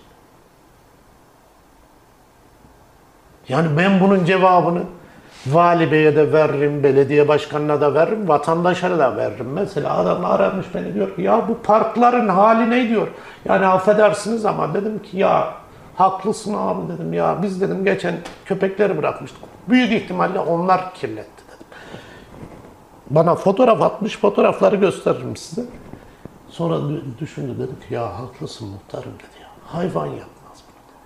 Yani ben bunun cevabını vali beye de veririm, belediye başkanına da veririm, vatandaşa da veririm. Mesela adam aramış beni diyor ki ya bu parkların hali ne diyor? Yani affedersiniz ama dedim ki ya haklısın abi dedim ya biz dedim geçen köpekleri bırakmıştık. Büyük ihtimalle onlar kirletti dedim. Bana fotoğraf atmış, fotoğrafları gösteririm size. Sonra düşündü dedi ki ya haklısın muhtarım dedi ya. Hayvan yapmaz bunu dedi.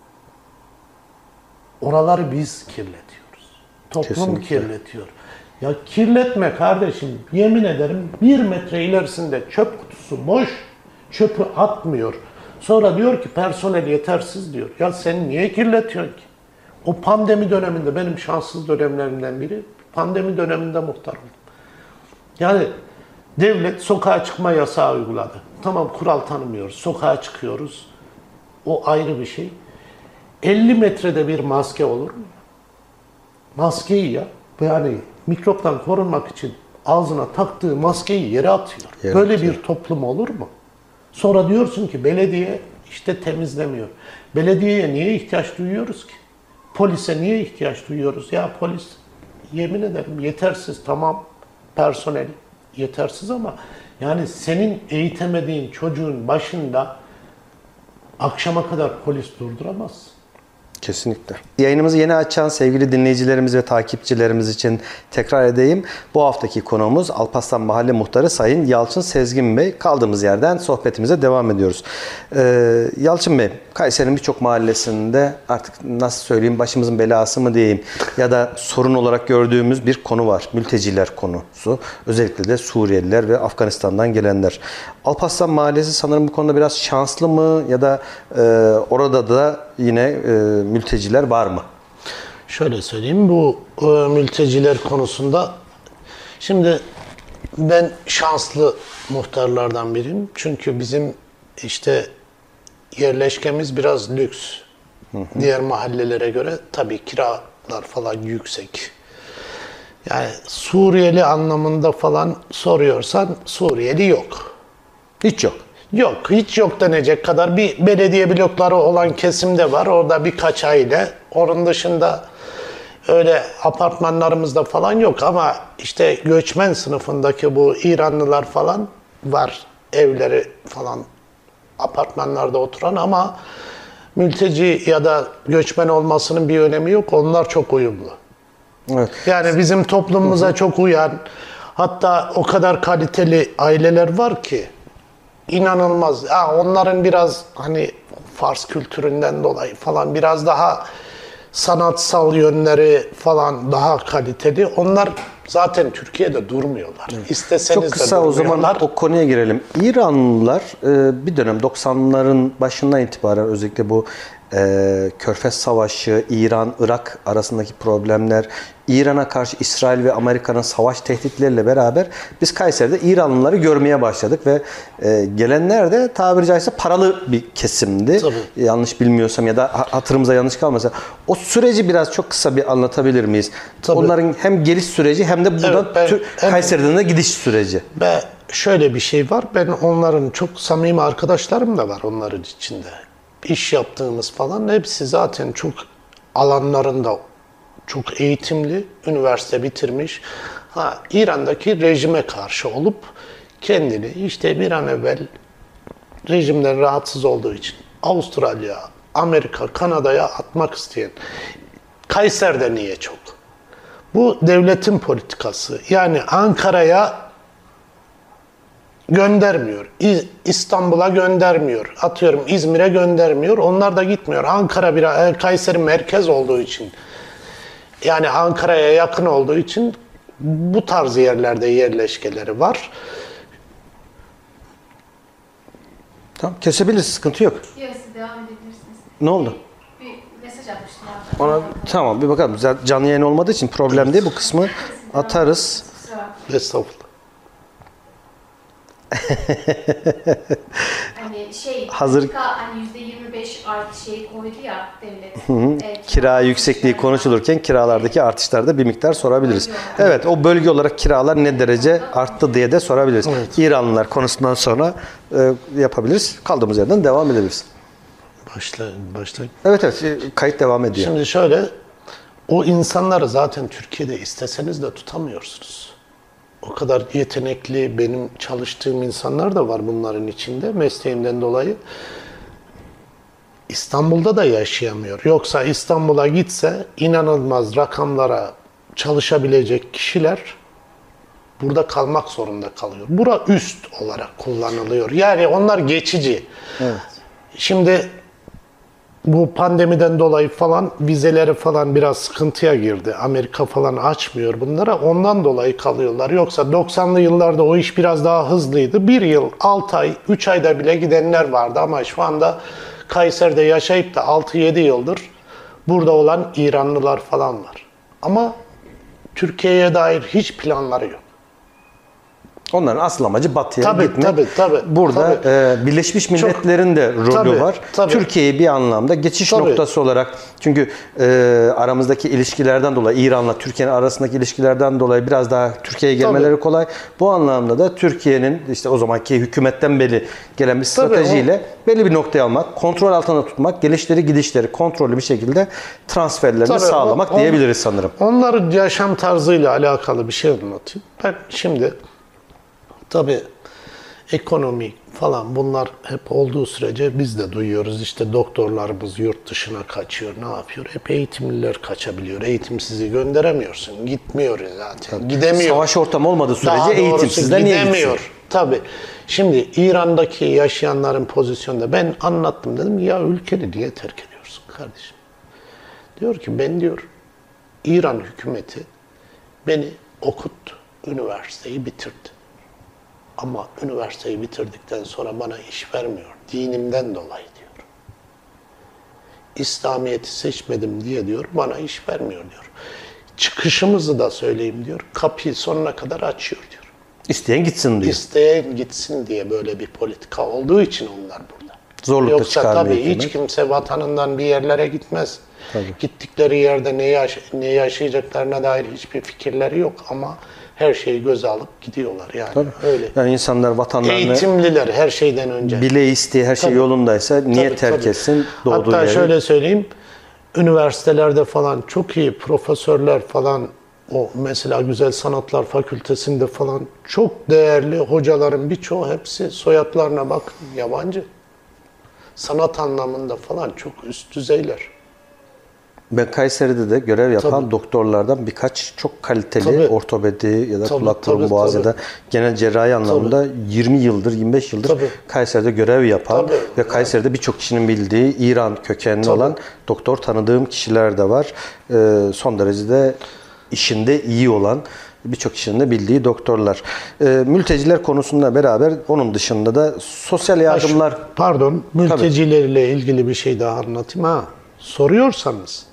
Oraları biz kirletiyoruz. Toplum Kesinlikle. kirletiyor. Ya kirletme kardeşim. Yemin ederim bir metre ilerisinde çöp kutusu boş. Çöpü atmıyor. Sonra diyor ki personel yetersiz diyor. Ya sen niye kirletiyorsun ki? O pandemi döneminde benim şanssız dönemlerimden biri pandemi döneminde muhtar oldum. Yani devlet sokağa çıkma yasağı uyguladı. Tamam kural tanımıyoruz. Sokağa çıkıyoruz. O ayrı bir şey. elli metrede bir maske olur mu? Maskeyi ya yani mikroptan korunmak için ağzına taktığı maskeyi yere atıyor. Yere Böyle atıyor. bir toplum olur mu? Sonra diyorsun ki belediye işte temizlemiyor. Belediyeye niye ihtiyaç duyuyoruz ki? Polise niye ihtiyaç duyuyoruz? Ya polis Yemin ederim yetersiz, tamam personel yetersiz ama yani senin eğitemediğin çocuğun başında akşama kadar polis durduramaz. Kesinlikle. Yayınımızı yeni açan sevgili dinleyicilerimiz ve takipçilerimiz için tekrar edeyim. Bu haftaki konuğumuz Alparslan Mahalle Muhtarı Sayın Yalçın Sezgin Bey. Kaldığımız yerden sohbetimize devam ediyoruz. Ee, Yalçın Bey, Kayseri'nin birçok mahallesinde artık nasıl söyleyeyim, başımızın belası mı diyeyim ya da sorun olarak gördüğümüz bir konu var. Mülteciler konusu. Özellikle de Suriyeliler ve Afganistan'dan gelenler. Alparslan Mahallesi sanırım bu konuda biraz şanslı mı ya da e, orada da yine e, mülteciler var mı? Şöyle söyleyeyim, bu e, mülteciler konusunda şimdi ben şanslı muhtarlardan biriyim. Çünkü bizim işte yerleşkemiz biraz lüks. Hı hı. Diğer mahallelere göre tabii kiralar falan yüksek. Yani Suriyeli anlamında falan soruyorsan Suriyeli yok. Hiç yok. Yok, hiç yok denecek kadar bir belediye blokları olan kesimde var. Orada birkaç aile. Onun dışında öyle apartmanlarımızda falan yok ama işte göçmen sınıfındaki bu İranlılar falan var. Evleri falan apartmanlarda oturan ama mülteci ya da göçmen olmasının bir önemi yok. Onlar çok uyumlu. Evet. Yani bizim toplumumuza, hı hı, çok uyan, hatta o kadar kaliteli aileler var ki İnanılmaz. Ha, onların biraz hani Fars kültüründen dolayı falan biraz daha sanatsal yönleri falan daha kaliteli. Onlar zaten Türkiye'de durmuyorlar. Evet. İsteseniz Çok kısa de o zaman o konuya girelim. İranlılar bir dönem doksanların başından itibaren özellikle bu e, Körfez Savaşı, İran-Irak arasındaki problemler, İran'a karşı İsrail ve Amerika'nın savaş tehditleriyle beraber biz Kayseri'de İranlıları görmeye başladık ve e, gelenler de tabiri caizse paralı bir kesimdi. Tabii. Yanlış bilmiyorsam ya da hatırımıza yanlış kalmasa. O süreci biraz çok kısa bir anlatabilir miyiz? Tabii. Onların hem geliş süreci hem de buradan evet, ben, Kayseri'den de gidiş süreci. Ve şöyle bir şey var. Ben onların çok samimi arkadaşlarım da var onların içinde. İş yaptığımız falan hepsi zaten çok alanlarında çok eğitimli, üniversite bitirmiş. Ha, İran'daki rejime karşı olup kendini işte bir an evvel rejimden rahatsız olduğu için Avustralya, Amerika, Kanada'ya atmak isteyen. Kayseri'de niye çok? Bu devletin politikası. Yani Ankara'ya göndermiyor. İstanbul'a göndermiyor. Atıyorum İzmir'e göndermiyor. Onlar da gitmiyor. Ankara bir Kayseri merkez olduğu için, yani Ankara'ya yakın olduğu için bu tarz yerlerde yerleşkeleri var. Tamam, kesebiliriz, sıkıntı yok. Yok, siz devam edebilirsiniz. Ne oldu? Bir, bir mesaj atmıştım abi. Ona, tamam, bir bakalım. Canlı yayın olmadığı için problem değil, bu kısmı atarız. Estağfurullah. Hani şey, hazır hani yüzde yirmi beş artı şey koydu ya devlet. Hı hı. E, kira yüksekliği konuşulurken kiralardaki artışlarda bir miktar sorabiliriz. Evet, o bölge olarak kiralar ne derece arttı diye de sorabiliriz. Evet. İranlılar konusundan sonra e, yapabiliriz. Kaldığımız yerden devam edebiliriz. Başla, başla. Evet, evet, kayıt devam ediyor. Şimdi şöyle, o insanları zaten Türkiye'de isteseniz de tutamıyorsunuz. O kadar yetenekli, benim çalıştığım insanlar da var bunların içinde mesleğimden dolayı. İstanbul'da da yaşayamıyor. Yoksa İstanbul'a gitse inanılmaz rakamlara çalışabilecek kişiler burada kalmak zorunda kalıyor. Bura üst olarak kullanılıyor. Yani onlar geçici. Evet. Şimdi bu pandemiden dolayı falan vizeleri falan biraz sıkıntıya girdi. Amerika falan açmıyor bunlara. Ondan dolayı kalıyorlar. Yoksa doksanlı yıllarda o iş biraz daha hızlıydı. Bir yıl, altı ay, üç ayda bile gidenler vardı ama şu anda Kayseri'de yaşayıp da altı yedi yıldır burada olan İranlılar falan var. Ama Türkiye'ye dair hiç planları yok. Onların asıl amacı batıya Tabii, gitmek. tabii, tabii, Burada tabii. E, Birleşmiş Milletler'in de rolü tabii, var. tabii. Türkiye'yi bir anlamda geçiş Tabii. noktası olarak, çünkü e, aramızdaki ilişkilerden dolayı, İran'la Türkiye'nin arasındaki ilişkilerden dolayı biraz daha Türkiye'ye gelmeleri Tabii. kolay. Bu anlamda da Türkiye'nin işte o zamanki hükümetten beri gelen bir Tabii, stratejiyle belli bir noktaya almak, kontrol altında tutmak, gelişleri gidişleri kontrollü bir şekilde transferlerini Tabii, sağlamak o- diyebiliriz sanırım. Onların yaşam tarzıyla alakalı bir şey anlatayım. Ben şimdi tabii ekonomi falan bunlar hep olduğu sürece biz de duyuyoruz. İşte doktorlarımız yurt dışına kaçıyor, ne yapıyor? Hep eğitimliler kaçabiliyor. Eğitimsizi gönderemiyorsun. Gitmiyor zaten. Gidemiyor. Savaş ortamı olmadığı sürece Daha doğrusu eğitimsizler niye gitsin? gidemiyor. Tabii. Şimdi İran'daki yaşayanların pozisyonunda ben anlattım, dedim ya ülkeni niye terk ediyorsun kardeşim? Diyor ki ben diyor İran hükümeti beni okuttu. Üniversiteyi bitirdi. Ama üniversiteyi bitirdikten sonra bana iş vermiyor. Dinimden dolayı diyor. İslamiyet'i seçmedim diye diyor, bana iş vermiyor diyor. Çıkışımızı da söyleyeyim diyor. Kapıyı sonuna kadar açıyor diyor. İsteyen gitsin diyor. İsteyen gitsin diye böyle bir politika olduğu için onlar burada. Zorlukta Yoksa çıkarmıyor tabii hükümet. hiç kimse vatanından bir yerlere gitmez. Tabii. Gittikleri yerde ne, yaş ne yaşayacaklarına dair hiçbir fikirleri yok ama her şeyi göze alıp gidiyorlar yani. Tabii. Öyle. Yani insanlar vatanlarını Eğitimliler her şeyden önce. bile isteye, her şey Tabii. yolundaysa niye Tabii, terk tabii. etsin doğduğu Hatta yeri? şöyle söyleyeyim, üniversitelerde falan çok iyi profesörler falan, o mesela Güzel Sanatlar Fakültesinde falan çok değerli hocaların birçoğu, hepsi soyadlarına bakın yabancı. Sanat anlamında falan çok üst düzeyler. Ben Kayseri'de de görev yapan Tabii. doktorlardan birkaç çok kaliteli Tabii. ortopedi ya da Tabii, kulak burun tabii, boğaz ya tabii. da genel cerrahi anlamında yirmi yıldır, yirmi beş yıldır Tabii. Kayseri'de görev yapan Tabii. ve Kayseri'de birçok kişinin bildiği İran kökenli Tabii. olan doktor tanıdığım kişiler de var. Ee, son derecede işinde iyi olan, birçok kişinin de bildiği doktorlar. Ee, mülteciler konusunda beraber onun dışında da sosyal yardımlar... Pardon, mültecilerle ilgili bir şey daha anlatayım ha. Soruyorsanız,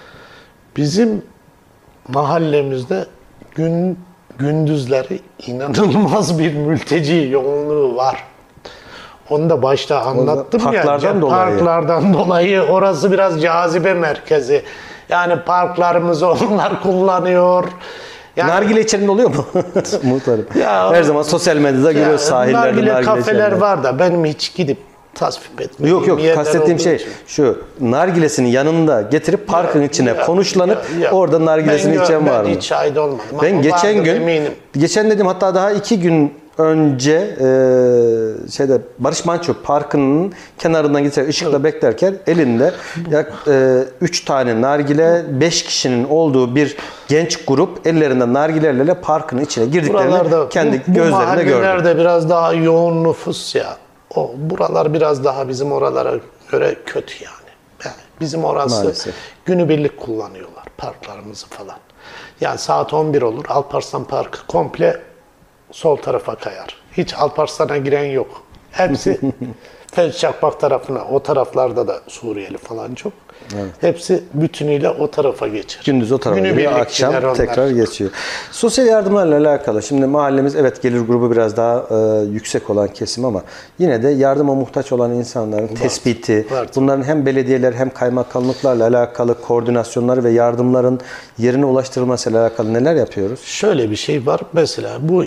bizim mahallemizde gün gündüzleri inanılmaz bir mülteci yoğunluğu var. Onu da başta anlattım ya. Parklardan dolayı. Parklardan dolayı orası biraz cazibe merkezi. Yani parklarımızı onlar kullanıyor. Yani, Nargile içerisinde oluyor mu? Muhtarım. Ya, her zaman sosyal medyada görüyoruz sahillerde nargile, nargile kafeler içerisinde. var da benim hiç gidip tasvip etmediğim Yok yok, yerler kastettiğim olduğu şey için. şu: nargilesinin yanında getirip parkın Ya, içine ya, şeylanıp ya, ya. orada nargilesini Ben- içen var Ben mı? hiç şahit olmadım. Ben Ama geçen vardır, gün, eminim. geçen dedim hatta daha iki gün önce e, şeyde Barış Manço Parkı'nın kenarından giderek ışıkla beklerken elinde yak e, üç tane nargile, beş kişinin olduğu bir genç grup ellerinde nargilelerle parkın içine girdiklerini Buralarda, kendi bu, bu gözlerimle gördüm. mahallelerde biraz daha yoğun nüfus ya. O buralar biraz daha bizim oralara göre kötü yani. Yani bizim orası Maalesef. günübirlik kullanıyorlar parklarımızı falan. Yani saat on bir olur, Alparslan Parkı komple sol tarafa kayar. Hiç Alparslan'a giren yok. Hepsi Felç Çakmak tarafına, o taraflarda da Suriyeli falan çok. Evet. Hepsi bütünüyle o tarafa geçer. Gündüz o tarafa gidiyor, Günübirlikçiler akşam onlar. tekrar geçiyor. Sosyal yardımlarla alakalı, şimdi mahallemiz evet gelir grubu biraz daha e, yüksek olan kesim ama yine de yardıma muhtaç olan insanların tespiti, Var. bunların hem belediyeler hem kaymakamlıklarla alakalı koordinasyonları ve yardımların yerine ulaştırılmasıyla alakalı neler yapıyoruz? Şöyle bir şey var. Mesela bu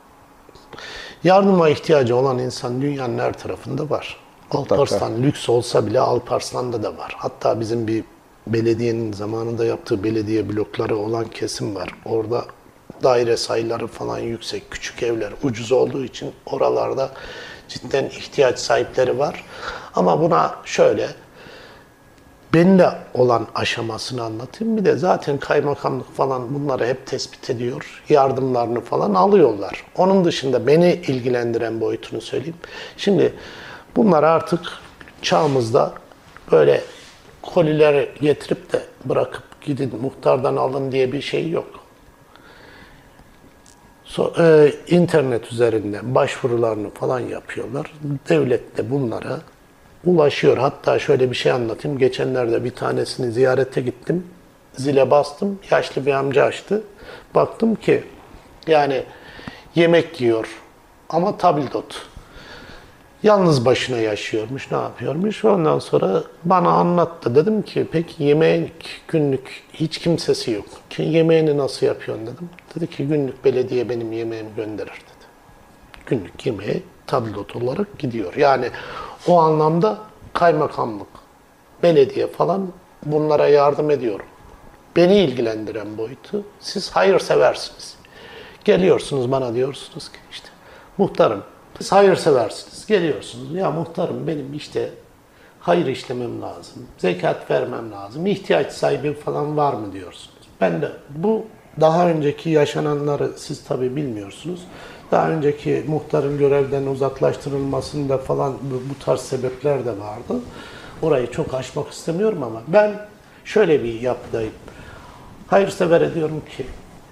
yardıma ihtiyacı olan insan dünyanın her tarafında var. Alparslan lüks olsa bile Alparslan'da da var. Hatta bizim bir belediyenin zamanında yaptığı belediye blokları olan kesim var. Orada daire sayıları falan yüksek, küçük evler ucuz olduğu için oralarda cidden ihtiyaç sahipleri var. Ama buna şöyle benimle olan aşamasını anlatayım. Bir de zaten kaymakamlık falan bunları hep tespit ediyor. Yardımlarını falan alıyorlar. Onun dışında beni ilgilendiren boyutunu söyleyeyim. Şimdi bunlar artık çağımızda böyle koliler getirip de bırakıp gidin muhtardan alın diye bir şey yok. So, e, internet üzerinden başvurularını falan yapıyorlar. Devlet de bunlara ulaşıyor. Hatta şöyle bir şey anlatayım. Geçenlerde bir tanesini ziyarete gittim. Zile bastım. Yaşlı bir amca açtı. Baktım ki yani yemek yiyor ama tabildot. Yalnız başına yaşıyormuş, ne yapıyormuş. Ondan sonra bana anlattı. Dedim ki peki yemeğin günlük hiç kimsesi yok. Ki yemeğini nasıl yapıyorsun dedim. Dedi ki günlük belediye benim yemeğimi gönderir dedi. Günlük yemeği tabildot olarak gidiyor. Yani o anlamda kaymakamlık, belediye falan bunlara yardım ediyorum. Beni ilgilendiren boyutu, siz hayırseversiniz. Geliyorsunuz bana diyorsunuz ki işte muhtarım, siz hayırseversiniz. Geliyorsunuz, ya muhtarım benim işte hayır işlemem lazım, zekat vermem lazım, ihtiyaç sahibi falan var mı diyorsunuz. Ben de bu daha önceki yaşananları siz tabii bilmiyorsunuz. Daha önceki muhtarın görevden uzaklaştırılmasında falan bu, bu tarz sebepler de vardı. Orayı çok aşmak istemiyorum ama ben şöyle bir yapıdayım. Hayırsever diyorum ki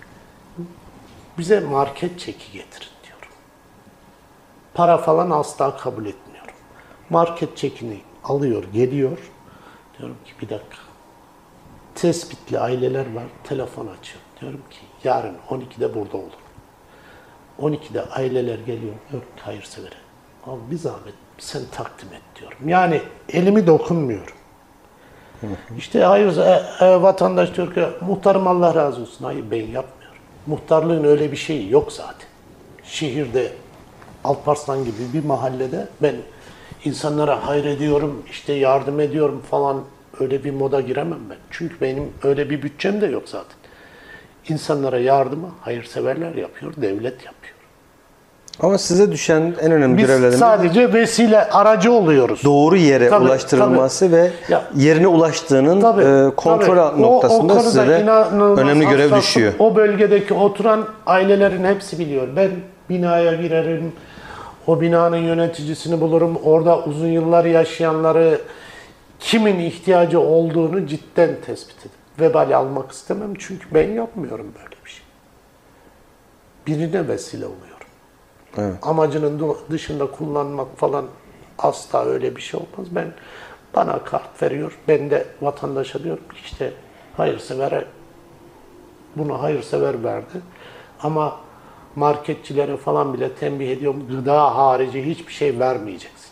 bize market çeki getirin diyorum. Para falan asla kabul etmiyorum. Market çekini alıyor, geliyor. Diyorum ki bir dakika. Tespitli aileler var, telefon açıyor. Diyorum ki yarın on ikide burada olur. on ikide aileler geliyor, diyor ki hayırsever'e. Abi bir zahmet sen takdim et diyorum. Yani elimi dokunmuyorum. Hı hı. İşte hayır e, e, vatandaş diyor ki muhtarım Allah razı olsun. Hayır ben yapmıyorum. Muhtarlığın öyle bir şeyi yok zaten. Şehirde Alparslan gibi bir mahallede ben insanlara hayır ediyorum, işte yardım ediyorum falan öyle bir moda giremem ben. Çünkü benim öyle bir bütçem de yok zaten. İnsanlara yardımı hayırseverler yapıyor, devlet yapıyor. Ama size düşen en önemli Biz görevlerden sadece vesile, aracı oluyoruz. Doğru yere Tabii, ulaştırılması tabii. ve Ya, yerine ulaştığının tabii, e, kontrol tabii. noktasında o, o size de önemli görev hassasım. düşüyor. O bölgedeki oturan ailelerin hepsi biliyor. Ben binaya girerim, o binanın yöneticisini bulurum. Orada uzun yıllar yaşayanları, kimin ihtiyacı olduğunu cidden tespit edip vebal almak istemem. Çünkü ben yapmıyorum böyle bir şey. Birine vesile oluyorum. Evet. Amacının dışında kullanmak falan asla öyle bir şey olmaz. Ben bana kart veriyor. Ben de vatandaşa diyorum ki işte hayırsever bunu hayırsever verdi. Ama marketçilere falan bile tembih ediyorum. Gıda harici hiçbir şey vermeyeceksiniz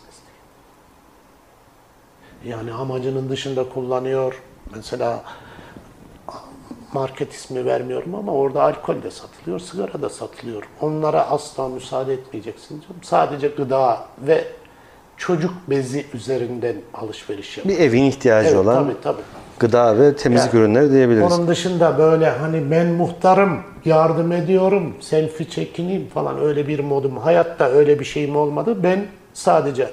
diye. Yani amacının dışında kullanıyor. Mesela market ismi vermiyorum ama orada alkol de satılıyor, sigara da satılıyor. Onlara asla müsaade etmeyeceksiniz diyorum. Sadece gıda ve çocuk bezi üzerinden alışveriş yapıyor. Bir evin ihtiyacı Evet, olan tabii, tabii. gıda ve temizlik Yani, ürünleri diyebiliriz. Onun dışında böyle hani ben muhtarım, yardım ediyorum, selfie çekineyim falan öyle bir modum. Hayatta öyle bir şeyim olmadı. Ben sadece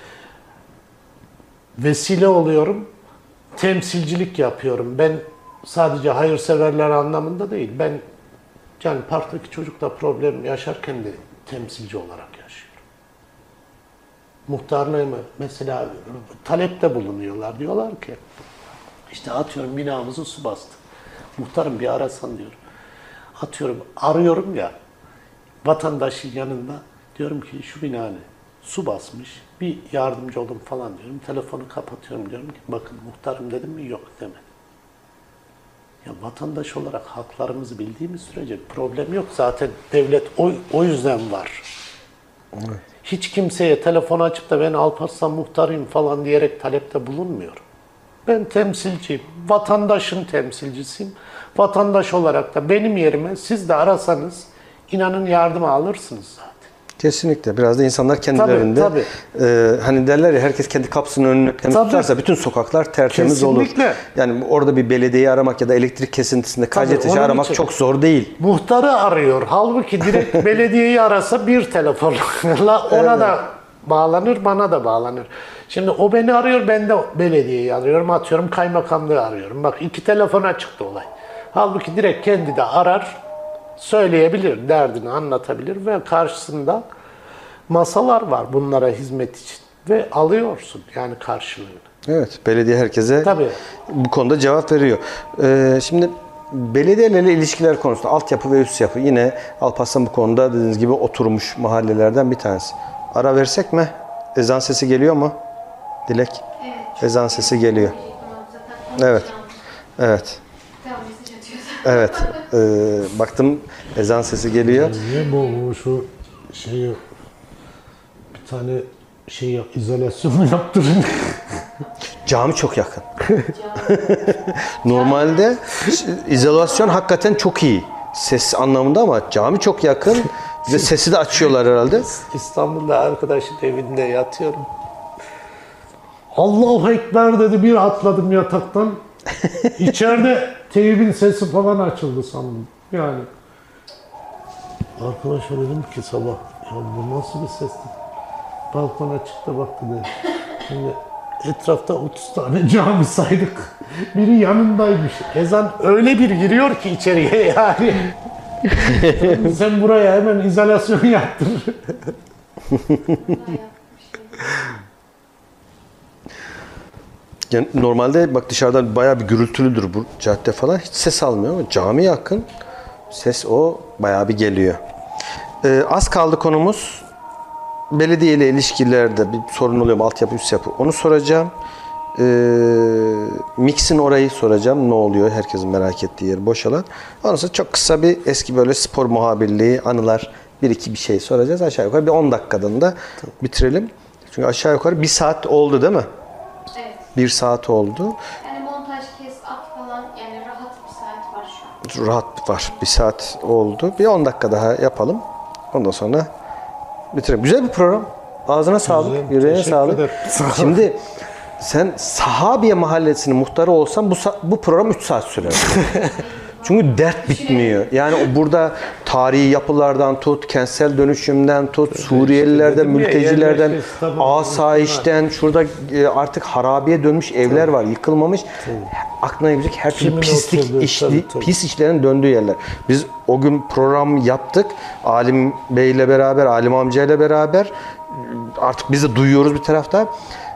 vesile oluyorum, temsilcilik yapıyorum. Ben sadece hayırseverler anlamında değil. Ben yani parktaki çocukla problem yaşarken de temsilci olarak yaşıyorum. Muhtarlığımı mesela talepte bulunuyorlar. Diyorlar ki işte atıyorum binamızı su bastı. Muhtarım bir arasan diyor. Atıyorum arıyorum ya vatandaşın yanında diyorum ki şu binanı su basmış. Bir yardımcı olun falan diyorum. Telefonu kapatıyorum diyorum ki bakın muhtarım dedim mi yok demedim. Ya vatandaş olarak haklarımızı bildiğimiz sürece problem yok. Zaten devlet o, o yüzden var. Evet. Hiç kimseye telefon açıp da ben Alparslan muhtarıyım falan diyerek talepte bulunmuyorum. Ben temsilciyim. Vatandaşın temsilcisiyim. Vatandaş olarak da benim yerime siz de arasanız inanın yardıma alırsınız zaten. Kesinlikle. Biraz da insanlar kendilerinde tabii, tabii. E, hani derler ya herkes kendi kapısının önüne temiz tutarsa bütün sokaklar tertemiz Kesinlikle. olur. Yani orada bir belediyeyi aramak ya da elektrik kesintisinde K C T C aramak için çok zor değil. Muhtarı arıyor. Halbuki direkt belediyeyi arasa bir telefonla ona evet. da bağlanır, bana da bağlanır. Şimdi o beni arıyor, ben de belediyeyi arıyorum. Atıyorum kaymakamlığı arıyorum. Bak iki telefona çıktı olay. Halbuki direkt kendi de arar, söyleyebilir, derdini anlatabilir ve karşısında masalar var bunlara hizmet için ve alıyorsun yani karşılığını. Evet, belediye herkese Tabii. bu konuda cevap veriyor. Ee, şimdi belediyelerle ilişkiler konusunda altyapı ve üst yapı yine Alparslan bu konuda dediğiniz gibi oturmuş mahallelerden bir tanesi. Ara versek mi? Ezan sesi geliyor mu? Dilek? Evet. Ezan sesi geliyor. Evet. Evet. Tamam, mesaj atıyor Evet. E, baktım ezan sesi geliyor. Niye bu, bu şu şeyi bir tane şey izolasyonu yaptırın. Cami çok yakın. Normalde izolasyon hakikaten çok iyi. Ses anlamında ama cami çok yakın. Ve sesi de açıyorlar herhalde. İstanbul'da arkadaşın evinde yatıyorum. Allahu Ekber dedi, bir atladım yataktan. İçeride teybin sesi falan açıldı sandım. Yani. Arkadaşa dedim ki sabah, ya bu nasıl bir ses? Balkona çıktı baktı dedi. Şimdi etrafta otuz tane cami saydık. Biri yanındaymış. Ezan öyle bir giriyor ki içeriye yani. Sen buraya hemen izolasyon yaptır. Yani normalde bak dışarıdan bayağı bir gürültülüdür bu cadde falan. Hiç ses almıyor ama cami yakın. Ses o bayağı bir geliyor. Ee, az kaldı konumuz. Belediye ile ilişkilerde bir sorun oluyor mu? Altyapı, üst yapı. Onu soracağım. Ee, Mix'in orayı soracağım. Ne oluyor? Herkesin merak ettiği yer boşalan. Ondan sonra çok kısa bir eski böyle spor muhabirliği, anılar, bir iki bir şey soracağız. Aşağı yukarı bir on dakikadan da bitirelim. Çünkü aşağı yukarı bir saat oldu değil mi? Evet. Bir saat oldu. Yani montaj, kes, at falan yani rahat bir saat var şu an. Rahat var. Bir saat oldu. Bir on dakika daha yapalım. Ondan sonra bitirelim. Güzel bir program. Ağzına sağlık. Güzel, Yüreğine teşekkür sağlık. ederim. Şimdi sen Sahabiye Mahallesi'nin muhtarı olsan bu, bu program üç saat sürer. Çünkü dert bitmiyor. Yani burada tarihi yapılardan tut, kentsel dönüşümden tut, Suriyelilerden, mültecilerden, asayişten, şurada artık harabiye dönmüş evler var, yıkılmamış. Aklına gelecek her türlü pislik, işli, pis işlerin döndüğü yerler. Biz o gün program yaptık. Alim Bey ile beraber, Alim amca ile beraber artık biz de duyuyoruz bir tarafta.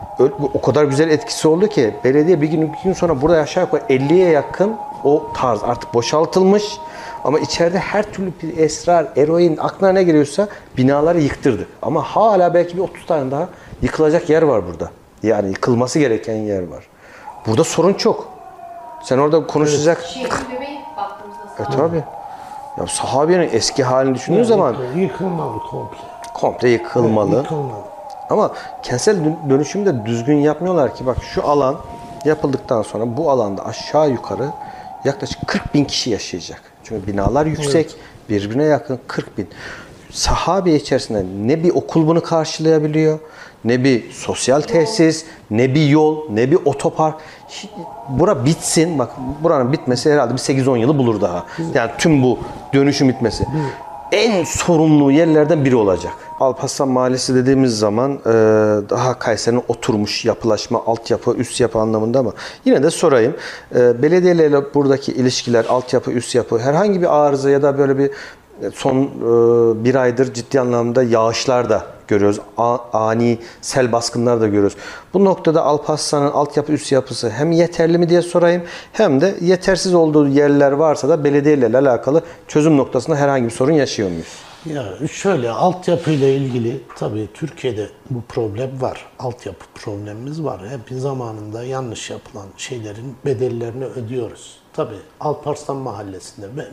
O kadar güzel etkisi oldu ki belediye bir gün iki gün sonra burada aşağı yukarı elliye yakın o tarz artık boşaltılmış ama içeride her türlü bir esrar, eroin aklına ne geliyorsa binaları yıktırdık. Ama hala belki bir otuz tane daha yıkılacak yer var burada. Yani yıkılması gereken yer var. Burada sorun çok. Sen orada konuşacak... Şehrin bebeği baktığımızda. Evet tabii. Ya sahabenin eski halini düşündüğün zaman... Yıkılmalı komple. Komple yıkılmalı. Evet, yıkılmalı. Ama kentsel dönüşümü de düzgün yapmıyorlar ki. Bak şu alan yapıldıktan sonra bu alanda aşağı yukarı yaklaşık kırk bin kişi yaşayacak. Çünkü binalar yüksek, evet. Birbirine yakın kırk bin. Sahabiye içerisinde ne bir okul bunu karşılayabiliyor, ne bir sosyal tesis, ne bir yol, ne bir otopark. Bura bitsin, bak buranın bitmesi herhalde bir sekiz on yılı bulur daha. Yani tüm bu dönüşüm bitmesi. En sorunlu yerlerden biri olacak. Alparslan Mahallesi dediğimiz zaman e, daha Kayseri'nin oturmuş yapılaşma, altyapı, üst yapı anlamında ama yine de sorayım. E, belediyelerle buradaki ilişkiler, altyapı, üst yapı herhangi bir arıza ya da böyle bir son e, bir aydır ciddi anlamda yağışlar da görüyoruz. A, ani sel baskınlar da görüyoruz. Bu noktada Alparslan'ın altyapı, üst yapısı hem yeterli mi diye sorayım hem de yetersiz olduğu yerler varsa da belediyelerle alakalı çözüm noktasında herhangi bir sorun yaşıyor muyuz? Ya şöyle altyapıyla ilgili tabii Türkiye'de bu problem var. Altyapı problemimiz var. Hep zamanında yanlış yapılan şeylerin bedellerini ödüyoruz. Tabii Alparslan Mahallesi'nde ben,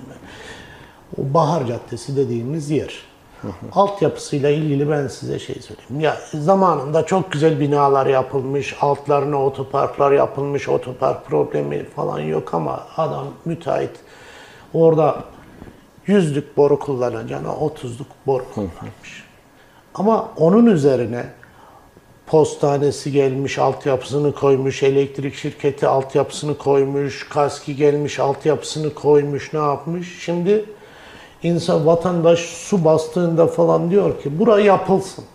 o Bahar Caddesi dediğimiz yer. Hı hı. Altyapısıyla ilgili ben size şey söyleyeyim. Ya zamanında çok güzel binalar yapılmış, altlarına otoparklar yapılmış, otopark problemi falan yok ama adam müteahhit orada yüzlük boru kullanacağına otuzluk boru kullanmış. Ama onun üzerine postanesi gelmiş, altyapısını koymuş, elektrik şirketi altyapısını koymuş, KASKİ gelmiş, altyapısını koymuş, ne yapmış? Şimdi insan, vatandaş su bastığında falan diyor ki burası yapılsın.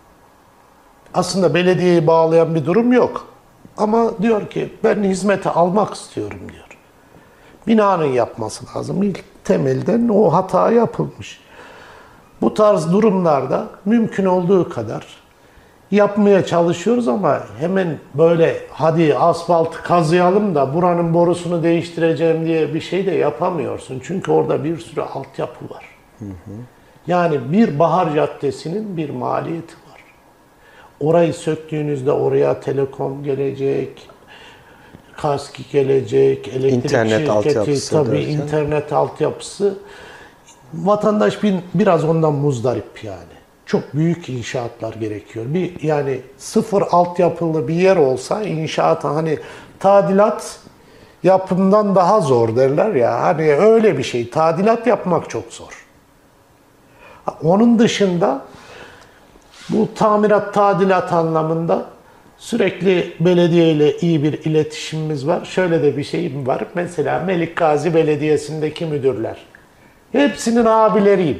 Aslında belediyeyi bağlayan bir durum yok. Ama diyor ki ben hizmeti almak istiyorum diyor. Binanın yapması lazım. İlk temelden o hata yapılmış. Bu tarz durumlarda mümkün olduğu kadar yapmaya çalışıyoruz ama hemen böyle hadi asfaltı kazıyalım da buranın borusunu değiştireceğim diye bir şey de yapamıyorsun. Çünkü orada bir sürü altyapı var. Hı hı. Yani bir Bahar Caddesi'nin bir maliyeti var. Orayı söktüğünüzde oraya telekom gelecek, KASKİ gelecek, elektrik İnternet şirketi, altyapısı tabii derken. internet altyapısı. Vatandaş bir, biraz ondan muzdarip yani. Çok büyük inşaatlar gerekiyor. Bir yani sıfır altyapılı bir yer olsa inşaat hani tadilat yapımdan daha zor derler ya. Hani öyle bir şey. Tadilat yapmak çok zor. Onun dışında bu tamirat, tadilat anlamında sürekli belediye ile iyi bir iletişimimiz var. Şöyle de bir şeyim var. Mesela Melikgazi Belediyesi'ndeki müdürler. Hepsinin abileriyim.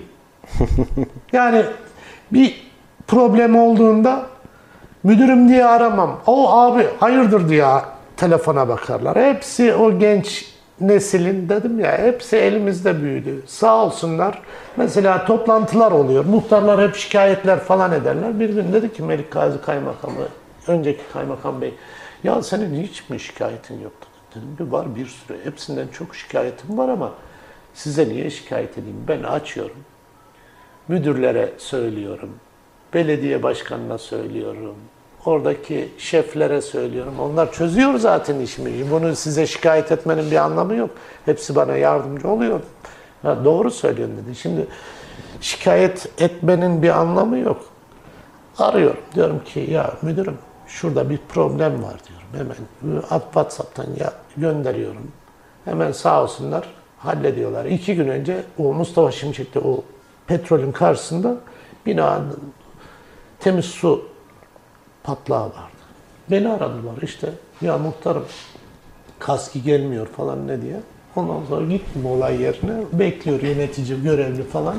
Yani bir problem olduğunda müdürüm diye aramam. O abi hayırdır diye telefona bakarlar. Hepsi o genç neslin dedim ya, hepsi elimizde büyüdü. Sağ olsunlar. Mesela toplantılar oluyor. Muhtarlar hep şikayetler falan ederler. Bir gün dedi ki Melikgazi Kaymakamı, önceki Kaymakam Bey, ya senin hiç mi şikayetin yoktu? Dedim ki var bir sürü. Hepsinden çok şikayetim var ama size niye şikayet edeyim? Ben açıyorum. Müdürlere söylüyorum. Belediye başkanına söylüyorum. Oradaki şeflere söylüyorum. Onlar çözüyor zaten işimi. Bunu size şikayet etmenin bir anlamı yok. Hepsi bana yardımcı oluyor. Ha, doğru söylüyorsun dedi. Şimdi şikayet etmenin bir anlamı yok. Arıyorum. Diyorum ki ya müdürüm şurada bir problem var diyorum. Hemen WhatsApp'tan ya gönderiyorum. Hemen sağ olsunlar hallediyorlar. İki gün önce o Mustafa Şimşek'te o petrolün karşısında binanın temiz su patlağı vardı. Beni aradılar işte. Ya muhtarım KASKİ gelmiyor falan ne diye. Ondan sonra gittim olay yerine. Bekliyor yönetici, görevli falan.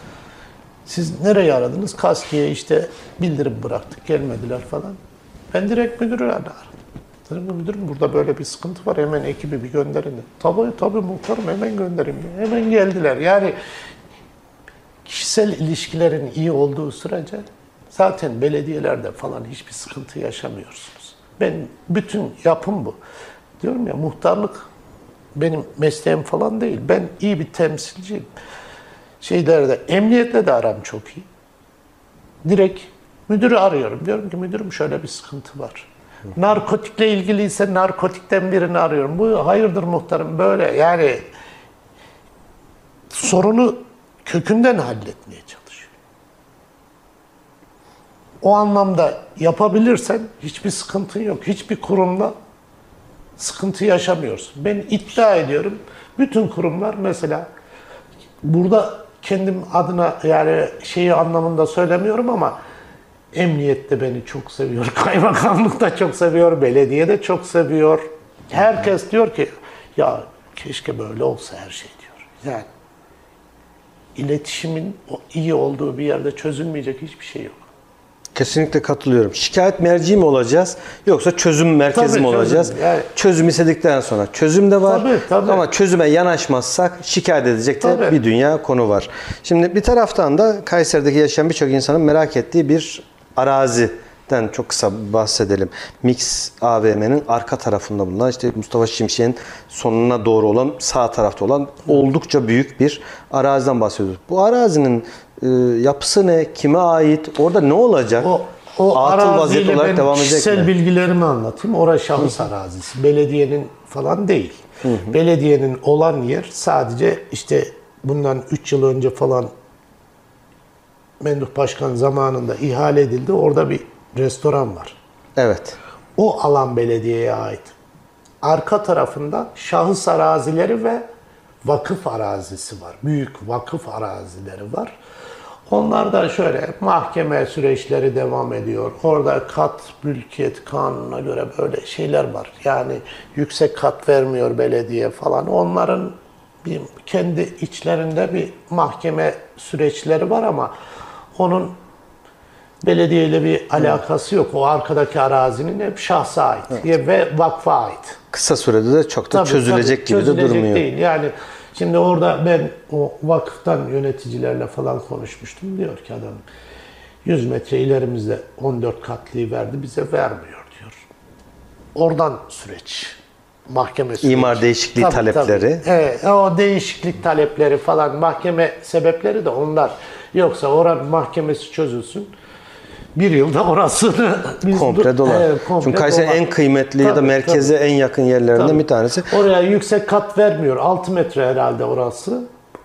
Siz nereye aradınız? KASKİ'ye işte bildirim bıraktık. Gelmediler falan. Ben direkt müdürü aradım. Dedim ki müdürüm burada böyle bir sıkıntı var. Hemen ekibi bir gönderin. Tabii tabii muhtarım hemen göndereyim. Hemen geldiler. Yani kişisel ilişkilerin iyi olduğu sürece zaten belediyelerde falan hiçbir sıkıntı yaşamıyorsunuz. Ben bütün yapım bu. Diyorum ya muhtarlık benim mesleğim falan değil. Ben iyi bir temsilciyim. Şeylerde, emniyetle de aram çok iyi. Direkt müdürü arıyorum. Diyorum ki müdürüm şöyle bir sıkıntı var. Narkotikle ilgiliyse narkotikten birini arıyorum. Bu hayırdır muhtarım böyle yani sorunu kökünden halletmeye çalışıyor. O anlamda yapabilirsen hiçbir sıkıntın yok. Hiçbir kurumla sıkıntı yaşamıyorsun. Ben iddia ediyorum bütün kurumlar mesela burada kendim adına yani şeyi anlamında söylemiyorum ama emniyette beni çok seviyor, kaymakamlık da çok seviyor, belediye de çok seviyor. Herkes diyor ki ya keşke böyle olsa her şey diyor. Yani iletişimin iyi olduğu bir yerde çözülmeyecek hiçbir şey yok. Kesinlikle katılıyorum. Şikayet merci mi olacağız yoksa çözüm merkezi Tabii, mi olacağız? çözüm, yani. Çözüm istedikten sonra çözüm de var. Tabii, tabii. Ama çözüme yanaşmazsak şikayet edecek de Tabii. bir dünya konu var. Şimdi bir taraftan da Kayseri'deki yaşayan birçok insanın merak ettiği bir araziden çok kısa bahsedelim. Mix A V M'nin arka tarafında bulunan işte Mustafa Şimşek'in sonuna doğru olan sağ tarafta olan oldukça büyük bir araziden bahsediyoruz. Bu arazinin e, yapısı ne? Kime ait? Orada ne olacak? O, o Atıl vaziyet araziyle olarak ben devam edecek kişisel mi? bilgilerimi anlatayım. Orası şahıs arazisi. Belediyenin falan değil. Hı hı. Belediyenin olan yer sadece işte bundan üç yıl önce falan Memduh Başkan zamanında ihale edildi. Orada bir restoran var. Evet. O alan belediyeye ait. Arka tarafında şahıs arazileri ve vakıf arazisi var. Büyük vakıf arazileri var. Onlar da şöyle mahkeme süreçleri devam ediyor. Orada kat mülkiyet kanununa göre böyle şeyler var. Yani yüksek kat vermiyor belediye falan. Onların bir kendi içlerinde bir mahkeme süreçleri var ama onun belediyeyle bir alakası yok. O arkadaki arazinin hep şahsa ait evet. ve vakfa ait. Kısa sürede de çok da tabii, çözülecek tabii, gibi çözülecek de durmuyor. Değil. Yani şimdi orada ben o vakıftan yöneticilerle falan konuşmuştum. Diyor ki adam yüz metre ilerimizde on dört katlıyı verdi bize vermiyor diyor. Oradan süreç. Mahkeme süreci. İmar değişikliği tabii, talepleri. Tabii. Evet, o değişiklik talepleri falan mahkeme sebepleri de onlar. Yoksa oranın mahkemesi çözülsün. bir yılda orasını biz komple dolar. E, komple Çünkü Kayseri'nin en kıymetli tabii, ya da merkeze tabii. en yakın yerlerinden tabii. bir tanesi. Oraya yüksek kat vermiyor. altı metre herhalde orası.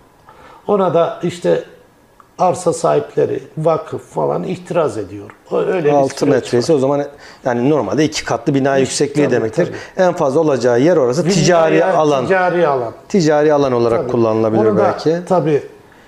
Ona da işte arsa sahipleri, vakıf falan itiraz ediyor. O öyle altı metresi o zaman yani normalde iki katlı bina yüksekliği tabii, demektir. Tabii. En fazla olacağı yer orası Villa ticari yer, alan. Ticari alan. Ticari alan olarak tabii. kullanılabilir Onu belki. Da, tabii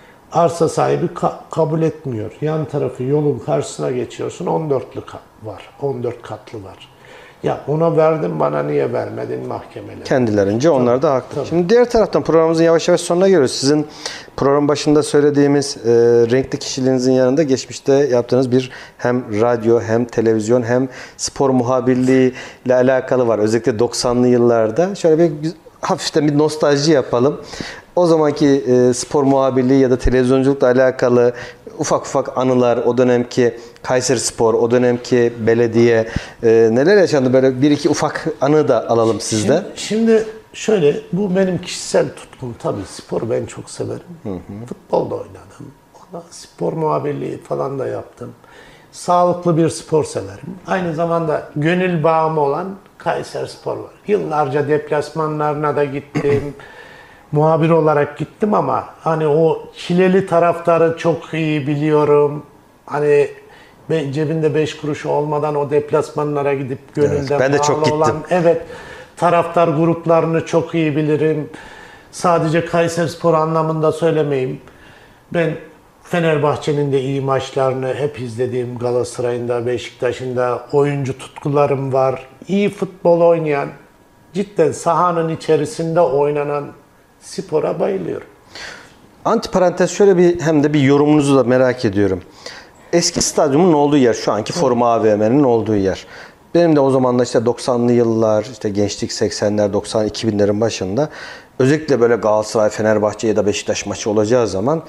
arsa sahibi ka- kabul etmiyor. Yan tarafı yolun karşısına geçiyorsun on dörtlü kat var. on dört katlı var. Ya ona verdim bana niye vermedin mahkemeler. Kendilerince tabii, onlar da haklı. Tabii. Şimdi diğer taraftan programımızın yavaş yavaş sonuna geliyoruz. Sizin program başında söylediğimiz e, renkli kişiliğinizin yanında geçmişte yaptığınız bir hem radyo hem televizyon hem spor muhabirliği ile alakalı var. Özellikle doksanlı yıllarda. Şöyle bir hafiften bir nostalji yapalım. O zamanki e, spor muhabirliği ya da televizyonculukla alakalı ufak ufak anılar, o dönemki Kayserispor, o dönemki belediye e, neler yaşandı, böyle bir iki ufak anı da alalım sizden. Şimdi, şimdi şöyle, bu benim kişisel tutkum tabii, spor ben çok severim. Hı hı. Futbol da oynadım, ona spor muhabirliği falan da yaptım. Sağlıklı bir spor severim. Aynı zamanda gönül bağımı olan Kayserispor var. Yıllarca deplasmanlarına da gittim. Muhabir olarak gittim ama hani o çileli taraftarı çok iyi biliyorum. Hani cebinde beş kuruşu olmadan o deplasmanlara gidip gönülden evet, ben de çok gittim. Olan, evet, taraftar gruplarını çok iyi bilirim. Sadece Kayserispor anlamında söylemeyeyim. Ben Fenerbahçe'nin de iyi maçlarını hep izlediğim, Galatasaray'ın da, Beşiktaş'ın da oyuncu tutkularım var. İyi futbol oynayan, cidden sahanın içerisinde oynanan spora bayılıyorum. Antiparantez şöyle bir, hem de bir yorumunuzu da merak ediyorum. Eski stadyumun olduğu yer, şu anki Forum A V M'nin olduğu yer. Benim de o zamanlar işte doksanlı yıllar, işte gençlik seksenler, doksan iki binlerin başında özellikle böyle Galatasaray, Fenerbahçe ya da Beşiktaş maçı olacağı zaman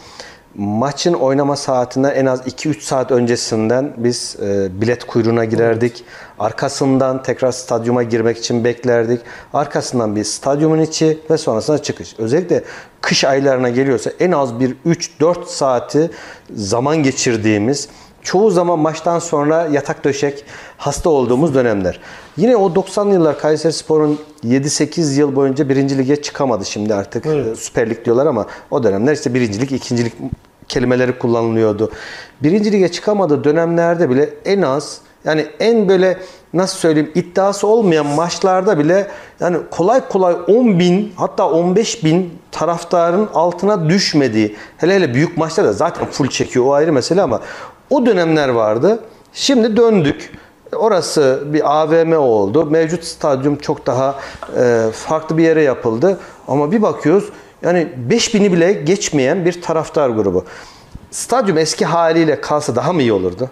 maçın oynama saatinden en az iki üç saat öncesinden biz e, bilet kuyruğuna girerdik. Evet. Arkasından tekrar stadyuma girmek için beklerdik. Arkasından bir stadyumun içi ve sonrasında çıkış. Özellikle kış aylarına geliyorsa en az bir üç dört saati zaman geçirdiğimiz, çoğu zaman maçtan sonra yatak döşek hasta olduğumuz dönemler. Yine o doksanlı yıllar Kayserispor'un yedi sekiz yıl boyunca birinci lige çıkamadı, şimdi artık evet. Süper Lig diyorlar ama o dönemler işte birincilik, ikincilik kelimeleri kullanılıyordu. Birinci lige çıkamadığı dönemlerde bile en az, yani en böyle nasıl söyleyeyim, iddiası olmayan maçlarda bile yani kolay kolay on bin hatta on beş bin taraftarın altına düşmediği, hele hele büyük maçlarda zaten full çekiyor, o ayrı mesele, ama o dönemler vardı. Şimdi döndük. Orası bir A V M oldu. Mevcut stadyum çok daha e, farklı bir yere yapıldı. Ama bir bakıyoruz yani beş bini bile geçmeyen bir taraftar grubu. Stadyum eski haliyle kalsa daha mı iyi olurdu?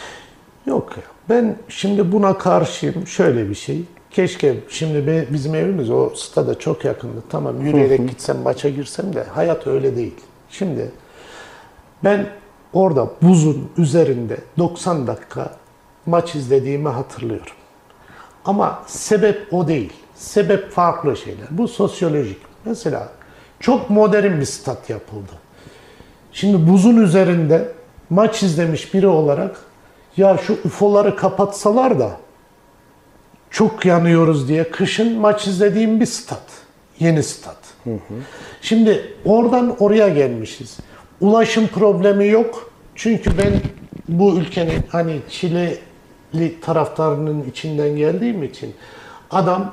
Yok ya. Ben şimdi buna karşıyım. Şöyle bir şey. Keşke şimdi bizim evimiz o stada çok yakındı. Tamam, yürüyerek gitsem, maça girsem de hayat öyle değil. Şimdi ben orada buzun üzerinde doksan dakika maç izlediğimi hatırlıyorum. Ama sebep o değil. Sebep farklı şeyler. Bu sosyolojik. Mesela çok modern bir stat yapıldı. Şimdi buzun üzerinde maç izlemiş biri olarak ya şu U F O'ları kapatsalar da çok yanıyoruz diye kışın maç izlediğim bir stat. Yeni stat. Hı hı. Şimdi oradan oraya gelmişiz. Ulaşım problemi yok. Çünkü ben bu ülkenin hani Çileli taraftarının içinden geldiğim için adam,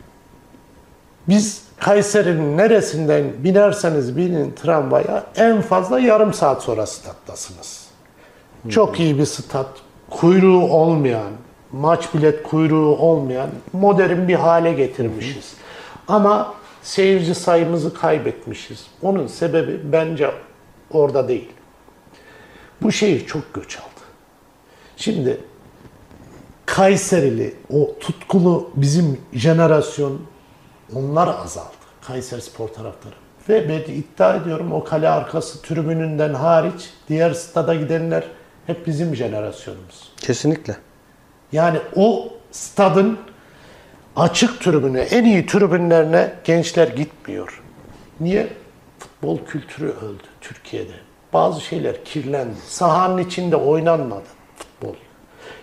biz Kayseri'nin neresinden binerseniz binin tramvaya en fazla yarım saat sonra stattasınız. Hmm. Çok iyi bir stat, kuyruğu olmayan, maç bilet kuyruğu olmayan modern bir hale getirmişiz. Hmm. Ama seyirci sayımızı kaybetmişiz. Onun sebebi bence orada değil. Bu şehir çok göç aldı. Şimdi Kayserili, o tutkulu bizim jenerasyon, onlar azaldı. Kayserispor taraftarı. Ve ben iddia ediyorum o kale arkası tribününden hariç diğer stada gidenler hep bizim jenerasyonumuz. Kesinlikle. Yani o stadın açık tribüne, en iyi tribünlerine gençler gitmiyor. Niye? Futbol kültürü öldü Türkiye'de. Bazı şeyler kirlendi. Sahanın içinde oynanmadı futbol.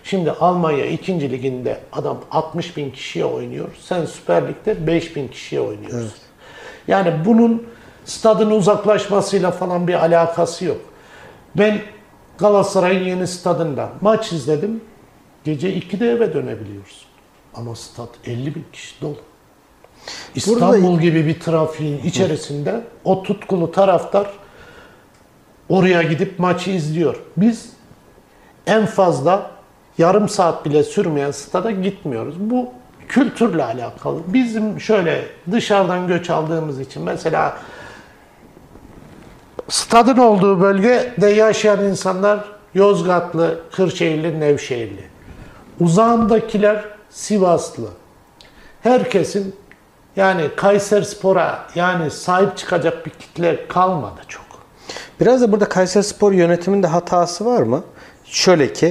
Şimdi Almanya ikinci liginde adam altmış bin kişiye oynuyor. Sen Süper Lig'de beş bin kişiye oynuyorsun. Evet. Yani bunun stadın uzaklaşmasıyla falan bir alakası yok. Ben Galatasaray'ın yeni stadında maç izledim. Gece ikide eve dönebiliyoruz. Ama stat elli bin kişi dolu. İstanbul Burada... gibi bir trafiğin içerisinde Hı. o tutkulu taraftar oraya gidip maçı izliyor. Biz en fazla yarım saat bile sürmeyen stada gitmiyoruz. Bu kültürle alakalı. Bizim şöyle dışarıdan göç aldığımız için mesela stadın olduğu bölgede yaşayan insanlar Yozgatlı, Kırşehirli, Nevşehirli. Uzağındakiler Sivaslı. Herkesin yani Kayserispor'a yani sahip çıkacak bir kitle kalmadı çok. Biraz da burada Kayserispor yönetiminde hatası var mı? Şöyle ki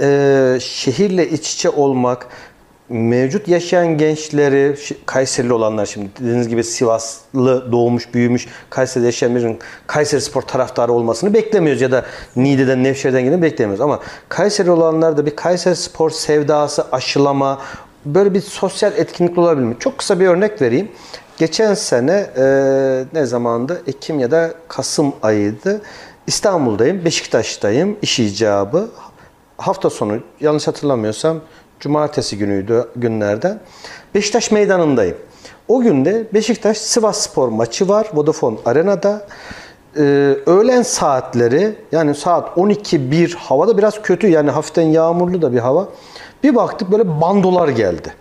e, şehirle iç içe olmak, mevcut yaşayan gençleri, Kayserili olanlar şimdi dediğiniz gibi Sivaslı doğmuş, büyümüş, Kayseri'de yaşayan birinin Kayserispor taraftarı olmasını beklemiyoruz ya da Niğde'den, Nevşehir'den geleni beklemiyoruz. Ama Kayseri olanlar da bir Kayserispor sevdası, aşılama, böyle bir sosyal etkinlik olabilir mi? Çok kısa bir örnek vereyim. Geçen sene e, ne zamandı? Ekim ya da Kasım ayıydı. İstanbul'dayım, Beşiktaş'tayım, iş icabı. Hafta sonu, yanlış hatırlamıyorsam cumartesi günüydü günlerden. Beşiktaş meydanındayım. O günde Beşiktaş Sivasspor maçı var Vodafone Arena'da. Ee, öğlen saatleri yani saat on iki bir havada biraz kötü yani hafiften yağmurlu da bir hava. Bir baktık böyle bandolar geldi.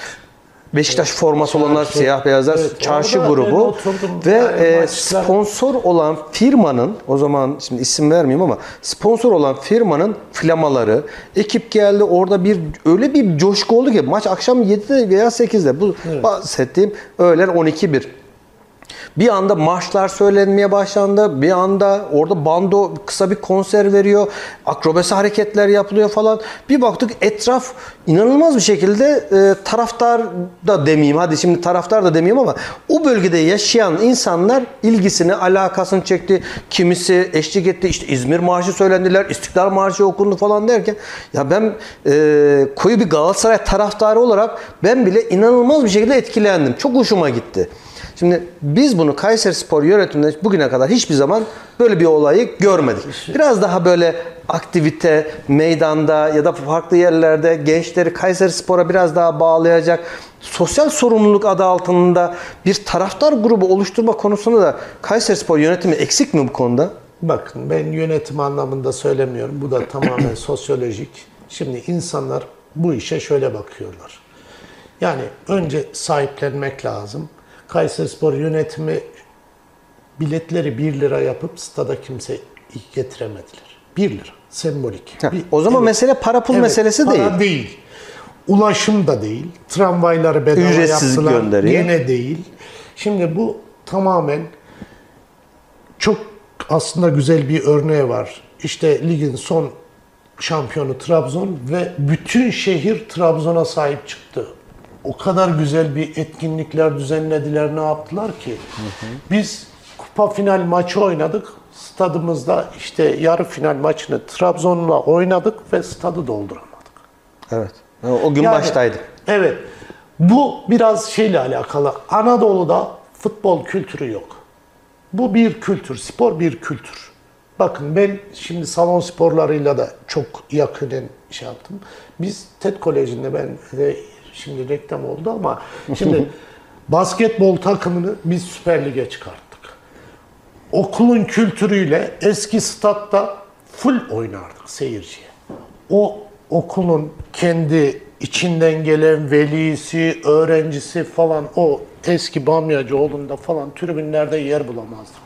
Beşiktaş evet, forması olanlar, çarşı, siyah beyazlar, evet, çarşı grubu ve yani e, sponsor olan firmanın, o zaman şimdi isim vermeyeyim ama sponsor olan firmanın flamaları, ekip geldi orada bir öyle bir coşku oldu ki maç akşam yedide veya sekizde bu evet. bahsettiğim öğlen on iki bir. Bir anda marşlar söylenmeye başlandı. Bir anda orada bando kısa bir konser veriyor. Akrobasi hareketler yapılıyor falan. Bir baktık etraf inanılmaz bir şekilde e, taraftar da demeyeyim. Hadi şimdi taraftar da demeyeyim ama o bölgede yaşayan insanlar ilgisini, alakasını çekti. Kimisi eşlik etti. İşte İzmir Marşı söylendiler. İstiklal Marşı okundu falan derken ya ben e, koyu bir Galatasaray taraftarı olarak ben bile inanılmaz bir şekilde etkilendim. Çok hoşuma gitti. Şimdi biz bunu Kayserispor yönetiminde bugüne kadar hiçbir zaman böyle bir olayı görmedik. Biraz daha böyle aktivite, meydanda ya da farklı yerlerde gençleri Kayserispor'a biraz daha bağlayacak, sosyal sorumluluk adı altında bir taraftar grubu oluşturma konusunda da Kayserispor yönetimi eksik mi bu konuda? Bakın ben yönetim anlamında söylemiyorum. Bu da tamamen sosyolojik. Şimdi insanlar bu işe şöyle bakıyorlar. Yani önce sahiplenmek lazım. Kayserispor yönetimi biletleri bir lira yapıp stada kimse getiremediler. bir lira. Sembolik. Ha, bir, o zaman evet, mesele para pul evet, meselesi para değil. Para değil. Ulaşım da değil. Tramvayları bedava ücretsiz yaptılar. Gönderiyor. Yine değil. Şimdi bu tamamen çok aslında güzel bir örneği var. İşte ligin son şampiyonu Trabzon ve bütün şehir Trabzon'a sahip çıktı. O kadar güzel bir etkinlikler düzenlediler, ne yaptılar ki? Hı hı. Biz kupa final maçı oynadık. Stadımızda işte yarı final maçını Trabzon'la oynadık ve stadı dolduramadık. Evet. O gün yani, baştaydı. Evet. Bu biraz şeyle alakalı. Anadolu'da futbol kültürü yok. Bu bir kültür. Spor bir kültür. Bakın ben şimdi salon sporlarıyla da çok yakinen şey yaptım. Biz TED Koleji'nde ben de şimdi reklam oldu ama şimdi basketbol takımını biz Süper Lig'e çıkarttık. Okulun kültürüyle eski statta full oynardık seyirciye. O okulun kendi içinden gelen velisi, öğrencisi falan o eski Bamyacıoğlu'nda falan tribünlerde yer bulamazdık.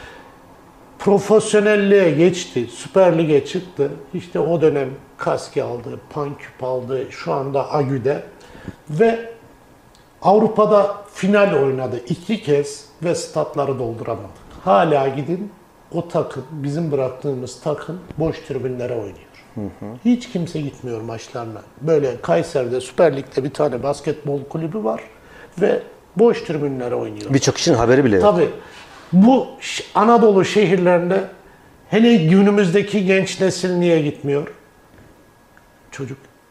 Profesyonelliğe geçti, Süper Lig'e çıktı. İşte o dönem Kaski aldı, Panküp aldı, şu anda Agü'de. Ve Avrupa'da final oynadı iki kez ve statları dolduramadı. Hala gidin o takım, bizim bıraktığımız takım boş tribünlere oynuyor. Hı hı. Hiç kimse gitmiyor maçlarına. Böyle Kayseri'de Süper Lig'de bir tane basketbol kulübü var ve boş tribünlere oynuyor. Birçok kişinin haberi bile yok. Tabii. Bu Anadolu şehirlerinde hele günümüzdeki genç nesil niye gitmiyor? Çocuk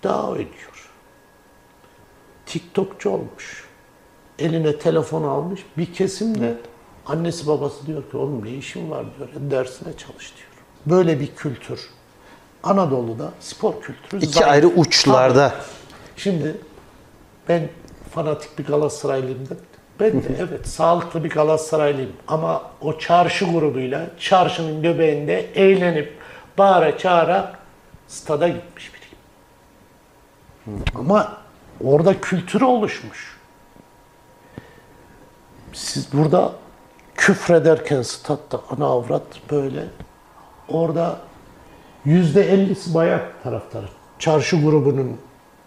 iddia ediyor. TikTokçu olmuş. Eline telefon almış. Bir kesimde annesi babası diyor ki oğlum ne işin var diyor. Dersine çalış diyor. Böyle bir kültür. Anadolu'da spor kültürü İki zayıf. ayrı uçlarda. Tabii. Şimdi ben fanatik bir Galatasaraylıyım da ben de evet sağlıklı bir Galatasaraylıyım ama o çarşı grubuyla çarşının göbeğinde eğlenip bağıra çağıra stada gitmiş biriyim. Ama orada kültürü oluşmuş. Siz burada küfrederken statta ana avrat böyle orada yüzde ellisi bayan taraftarı. Çarşı grubunun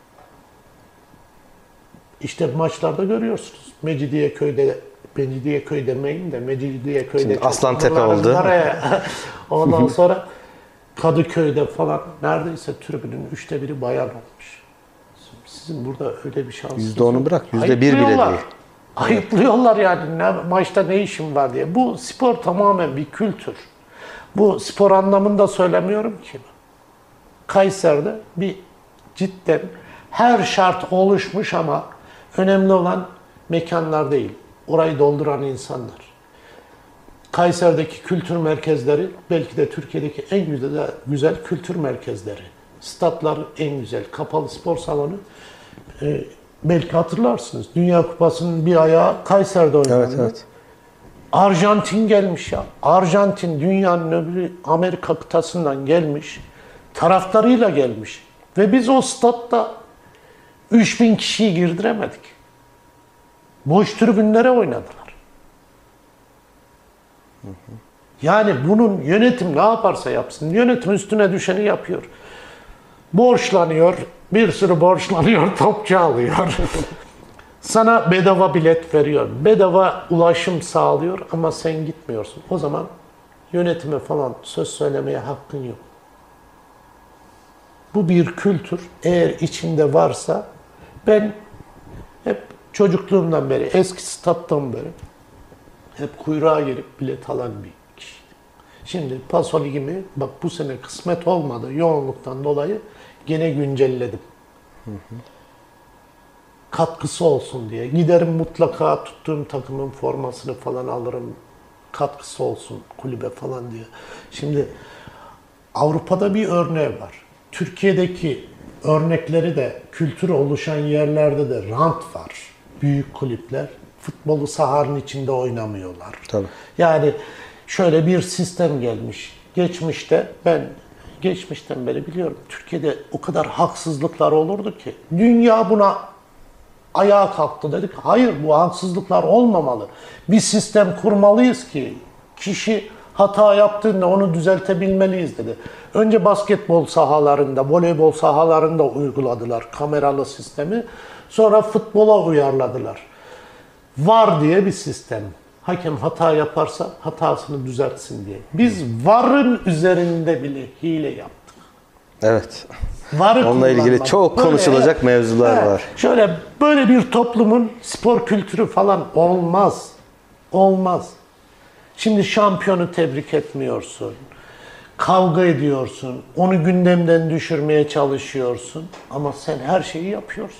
işte maçlarda görüyorsunuz. Mecidiyeköy'de, Mecidiyeköy demeyin de Mecidiyeköy'de Aslantepe oldu. Oraya. Ondan sonra Kadıköy'de falan neredeyse tribünün üçte biri bayan olmuş. Sizin burada öyle bir şansınız Yüzde onu bırak, yüzde bir bile Ayıplıyorlar. değil. Ayıplıyorlar yani ne, maçta ne işim var diye. Bu spor tamamen bir kültür. Bu spor anlamında söylemiyorum ki. Kayseri'de bir cidden her şart oluşmuş ama önemli olan mekanlar değil. Orayı dolduran insanlar. Kayseri'deki kültür merkezleri belki de Türkiye'deki en güzel, güzel kültür merkezleri. Statlar en güzel. Kapalı spor salonu. Ee, belki hatırlarsınız. Dünya Kupası'nın bir ayağı Kayseri'de oynandı. Evet, evet. Arjantin gelmiş ya. Arjantin dünyanın öbürü Amerika kıtasından gelmiş. Taraftarıyla gelmiş. Ve biz o statta üç bin kişiyi girdiremedik. Boş tribünlere oynadılar. Hı hı. Yani bunun yönetim ne yaparsa yapsın, yönetim üstüne düşeni yapıyor. Borçlanıyor, bir sürü borçlanıyor, topçu alıyor. Sana bedava bilet veriyor, bedava ulaşım sağlıyor ama sen gitmiyorsun. O zaman yönetime falan söz söylemeye hakkın yok. Bu bir kültür. Eğer içinde varsa ben hep çocukluğumdan beri, eski stat'tan beri hep kuyruğa girip bilet alan bir kişiydim. Şimdi Paso Ligimi bak bu sene kısmet olmadı yoğunluktan dolayı gene güncelledim. Hı hı. Katkısı olsun diye. Giderim mutlaka tuttuğum takımın formasını falan alırım. Katkısı olsun kulübe falan diye. Şimdi Avrupa'da bir örneği var. Türkiye'deki örnekleri de kültürü oluşan yerlerde de rant var. Büyük kulüpler futbolu sahanın içinde oynamıyorlar. Tabii. Yani şöyle bir sistem gelmiş. Geçmişte ben geçmişten beri biliyorum. Türkiye'de o kadar haksızlıklar olurdu ki dünya buna ayağa kalktı dedik. Hayır bu haksızlıklar olmamalı. Bir sistem kurmalıyız ki kişi hata yaptığında onu düzeltebilmeliyiz dedi. Önce basketbol sahalarında, voleybol sahalarında uyguladılar kameralı sistemi. Sonra futbola uyarladılar. VAR diye bir sistem. Hakem hata yaparsa hatasını düzeltsin diye. Biz VAR'ın üzerinde bile hile yaptık. Evet. VAR'ı Onunla ilgili kullanmak. çok Böyle, konuşulacak mevzular he, var. Şöyle böyle bir toplumun spor kültürü falan olmaz. Olmaz. Şimdi şampiyonu tebrik etmiyorsun. Kavga ediyorsun. Onu gündemden düşürmeye çalışıyorsun. Ama sen her şeyi yapıyorsun.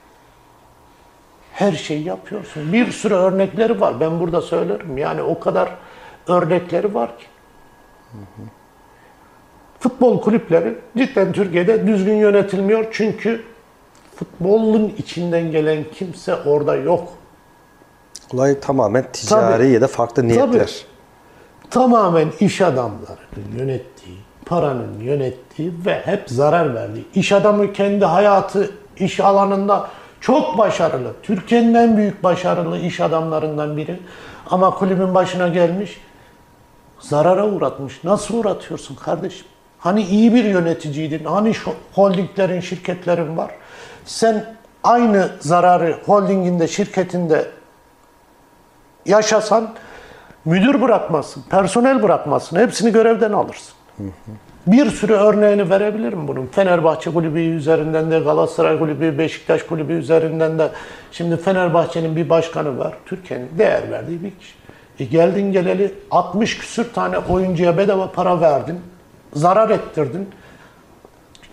Her şeyi yapıyorsun. Bir sürü örnekleri var. Ben burada söylerim. Yani o kadar örnekleri var ki. Hı hı. Futbol kulüpleri cidden Türkiye'de düzgün yönetilmiyor. Çünkü futbolun içinden gelen kimse orada yok. Olay tamamen ticari Tabii. ya da farklı niyetler. Tabii. Tamamen iş adamlarının yönettiği, paranın yönettiği ve hep zarar verdiği. İş adamı kendi hayatı, iş alanında çok başarılı. Türkiye'nin en büyük başarılı iş adamlarından biri. Ama kulübün başına gelmiş, zarara uğratmış. Nasıl uğratıyorsun kardeşim? Hani iyi bir yöneticiydin, hani holdinglerin, şirketlerin var. Sen aynı zararı holdinginde, şirketinde yaşasan müdür bırakmazsın, personel bırakmazsın. Hepsini görevden alırsın. Hı hı. Bir sürü örneğini verebilirim bunun. Fenerbahçe kulübü üzerinden de, Galatasaray kulübü, Beşiktaş kulübü üzerinden de. Şimdi Fenerbahçe'nin bir başkanı var. Türkiye'nin değer verdiği bir kişi. E geldin geleli altmış küsür tane oyuncuya bedava para verdin. Zarar ettirdin.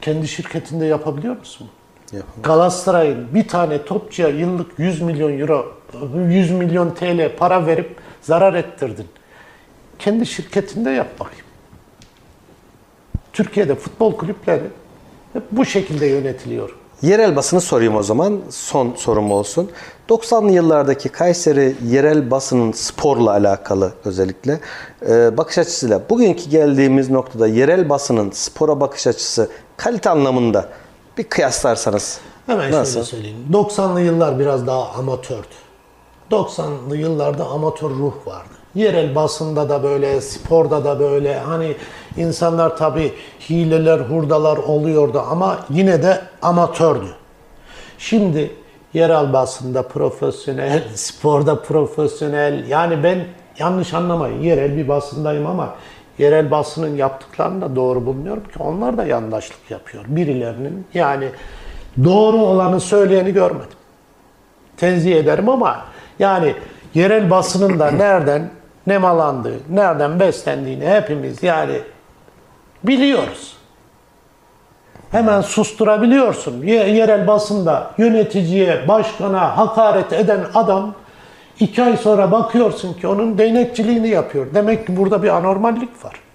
Kendi şirketinde yapabiliyor musun? Yapamam. Galatasaray'ın bir tane topçuya yıllık yüz milyon euro, yüz milyon T L para verip zarar ettirdin. Kendi şirketinde yap bakayım. Türkiye'de futbol kulüpleri hep bu şekilde yönetiliyor. Yerel basını sorayım o zaman. Son sorum olsun. doksanlı yıllardaki Kayseri yerel basının sporla alakalı özellikle e, bakış açısıyla bugünkü geldiğimiz noktada yerel basının spora bakış açısı kalite anlamında bir kıyaslarsanız Hemen nasıl? şöyle söyleyeyim. doksanlı yıllar biraz daha amatördü. doksanlı yıllarda amatör ruh vardı. Yerel basında da böyle, sporda da böyle. Hani insanlar tabii hileler, hurdalar oluyordu ama yine de amatördü. Şimdi yerel basında profesyonel, sporda profesyonel. Yani ben yanlış anlamayın, yerel bir basındayım ama yerel basının yaptıklarını da doğru bulmuyorum ki onlar da yandaşlık yapıyor. Birilerinin yani doğru olanı söyleyeni görmedim. Tenzih ederim ama yani yerel basının da nereden nemalandığı, nereden beslendiğini hepimiz yani biliyoruz. Hemen susturabiliyorsun. Yerel basında yöneticiye, başkana hakaret eden adam iki ay sonra bakıyorsun ki onun değnekçiliğini yapıyor. Demek ki burada bir anormallik var.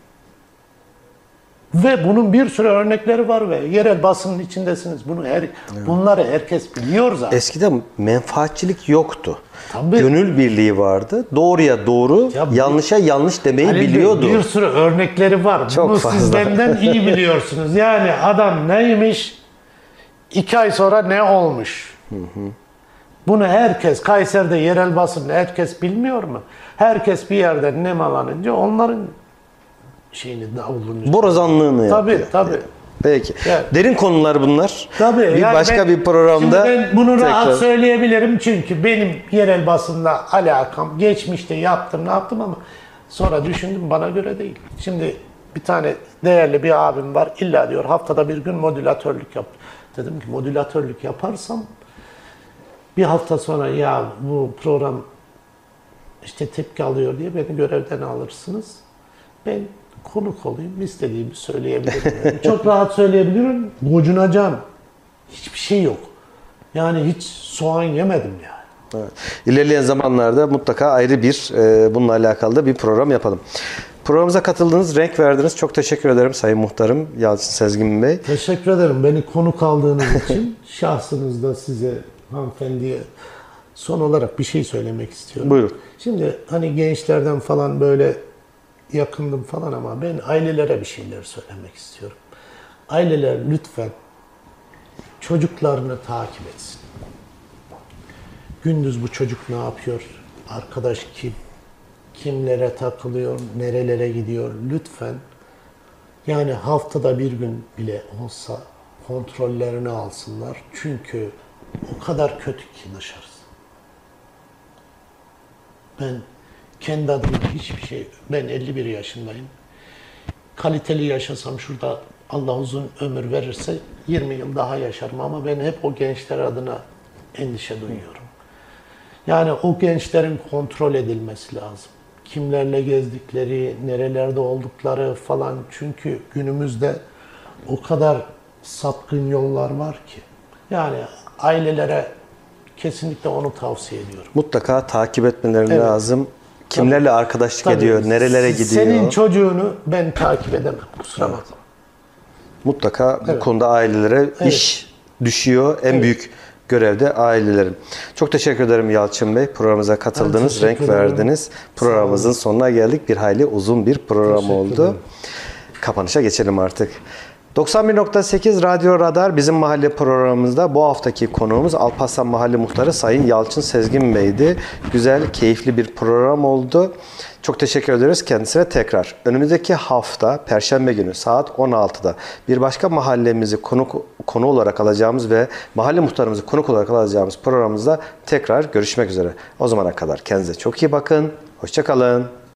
Ve bunun bir sürü örnekleri var ve yerel basının içindesiniz. Bunu her, bunları herkes biliyor zaten. Eskiden menfaatçilik yoktu. Tabii. Gönül birliği vardı. Doğruya doğru, Ya bu- yanlışa yanlış demeyi Halil Bey, biliyordu. bir sürü örnekleri var. Çok Bunu fazla. siz benden iyi biliyorsunuz. Yani adam neymiş, iki ay sonra ne olmuş? Bunu herkes, Kayseri'de yerel basın herkes bilmiyor mu? Herkes bir yerden nemalanınca onların şeyini davulunu. Borazanlığını Tabii yapıyor. tabii. Peki. Yani- Derin konular bunlar. Tabii. Bir yani başka ben- bir programda Şimdi ben bunu rahat tekrar- söyleyebilirim çünkü benim yerel basınla alakam geçmişte yaptım ne yaptım ama sonra düşündüm bana göre değil. Şimdi bir tane değerli bir abim var illa diyor haftada bir gün modülatörlük yap. Dedim ki modülatörlük yaparsam bir hafta sonra ya bu program işte tepki alıyor diye beni görevden alırsınız. Ben konuk olayım, istediğimi söyleyebilirim. Yani çok rahat söyleyebilirim, gocunacağım. Hiçbir şey yok. Yani hiç soğan yemedim yani. Evet. İlerleyen zamanlarda mutlaka ayrı bir e, bununla alakalı da bir program yapalım. Programımıza katıldınız, renk verdiniz. Çok teşekkür ederim Sayın Muhtarım Yalçın Sezgin Bey. Teşekkür ederim beni konuk aldığınız için. Şahsınızda size, hanımefendiye son olarak bir şey söylemek istiyorum. Buyurun. Şimdi hani gençlerden falan böyle yakındım falan ama ben ailelere bir şeyler söylemek istiyorum. Aileler lütfen çocuklarını takip etsin. Gündüz bu çocuk ne yapıyor? Arkadaş kim? Kimlere takılıyor? Nerelere gidiyor? Lütfen yani haftada bir gün bile olsa kontrollerini alsınlar. Çünkü o kadar kötü ki dışarısı. Ben kendi adıma hiçbir şey, ben elli bir yaşındayım. Kaliteli yaşasam şurada Allah uzun ömür verirse yirmi yıl daha yaşarım ama ben hep o gençler adına endişe duyuyorum. Yani o gençlerin kontrol edilmesi lazım. Kimlerle gezdikleri, nerelerde oldukları falan. Çünkü günümüzde o kadar sapkın yollar var ki. Yani ailelere kesinlikle onu tavsiye ediyorum. Mutlaka takip etmeleri Evet. lazım. Kimlerle arkadaşlık Tabii, ediyor, nerelere gidiyor. Senin çocuğunu ben takip edemem. Kusura bakma. Mutlaka bu Evet. konuda ailelere iş düşüyor. En Evet. büyük görevde ailelerin. Çok teşekkür ederim Yalçın Bey. Programımıza katıldınız, teşekkür renk ederim. verdiniz. Programımızın sonuna geldik. Bir hayli uzun bir program Teşekkür oldu. ederim. Kapanışa geçelim artık. doksan bir nokta sekiz Radyo Radar bizim mahalle programımızda bu haftaki konuğumuz Alparslan Mahalle Muhtarı Sayın Yalçın Sezgin Bey'di. Güzel, keyifli bir program oldu. Çok teşekkür ederiz kendisine tekrar. Önümüzdeki hafta Perşembe günü saat on altıda bir başka mahallemizi konuk konu olarak alacağımız ve mahalle muhtarımızı konuk olarak alacağımız programımızda tekrar görüşmek üzere. O zamana kadar kendinize çok iyi bakın. Hoşça kalın.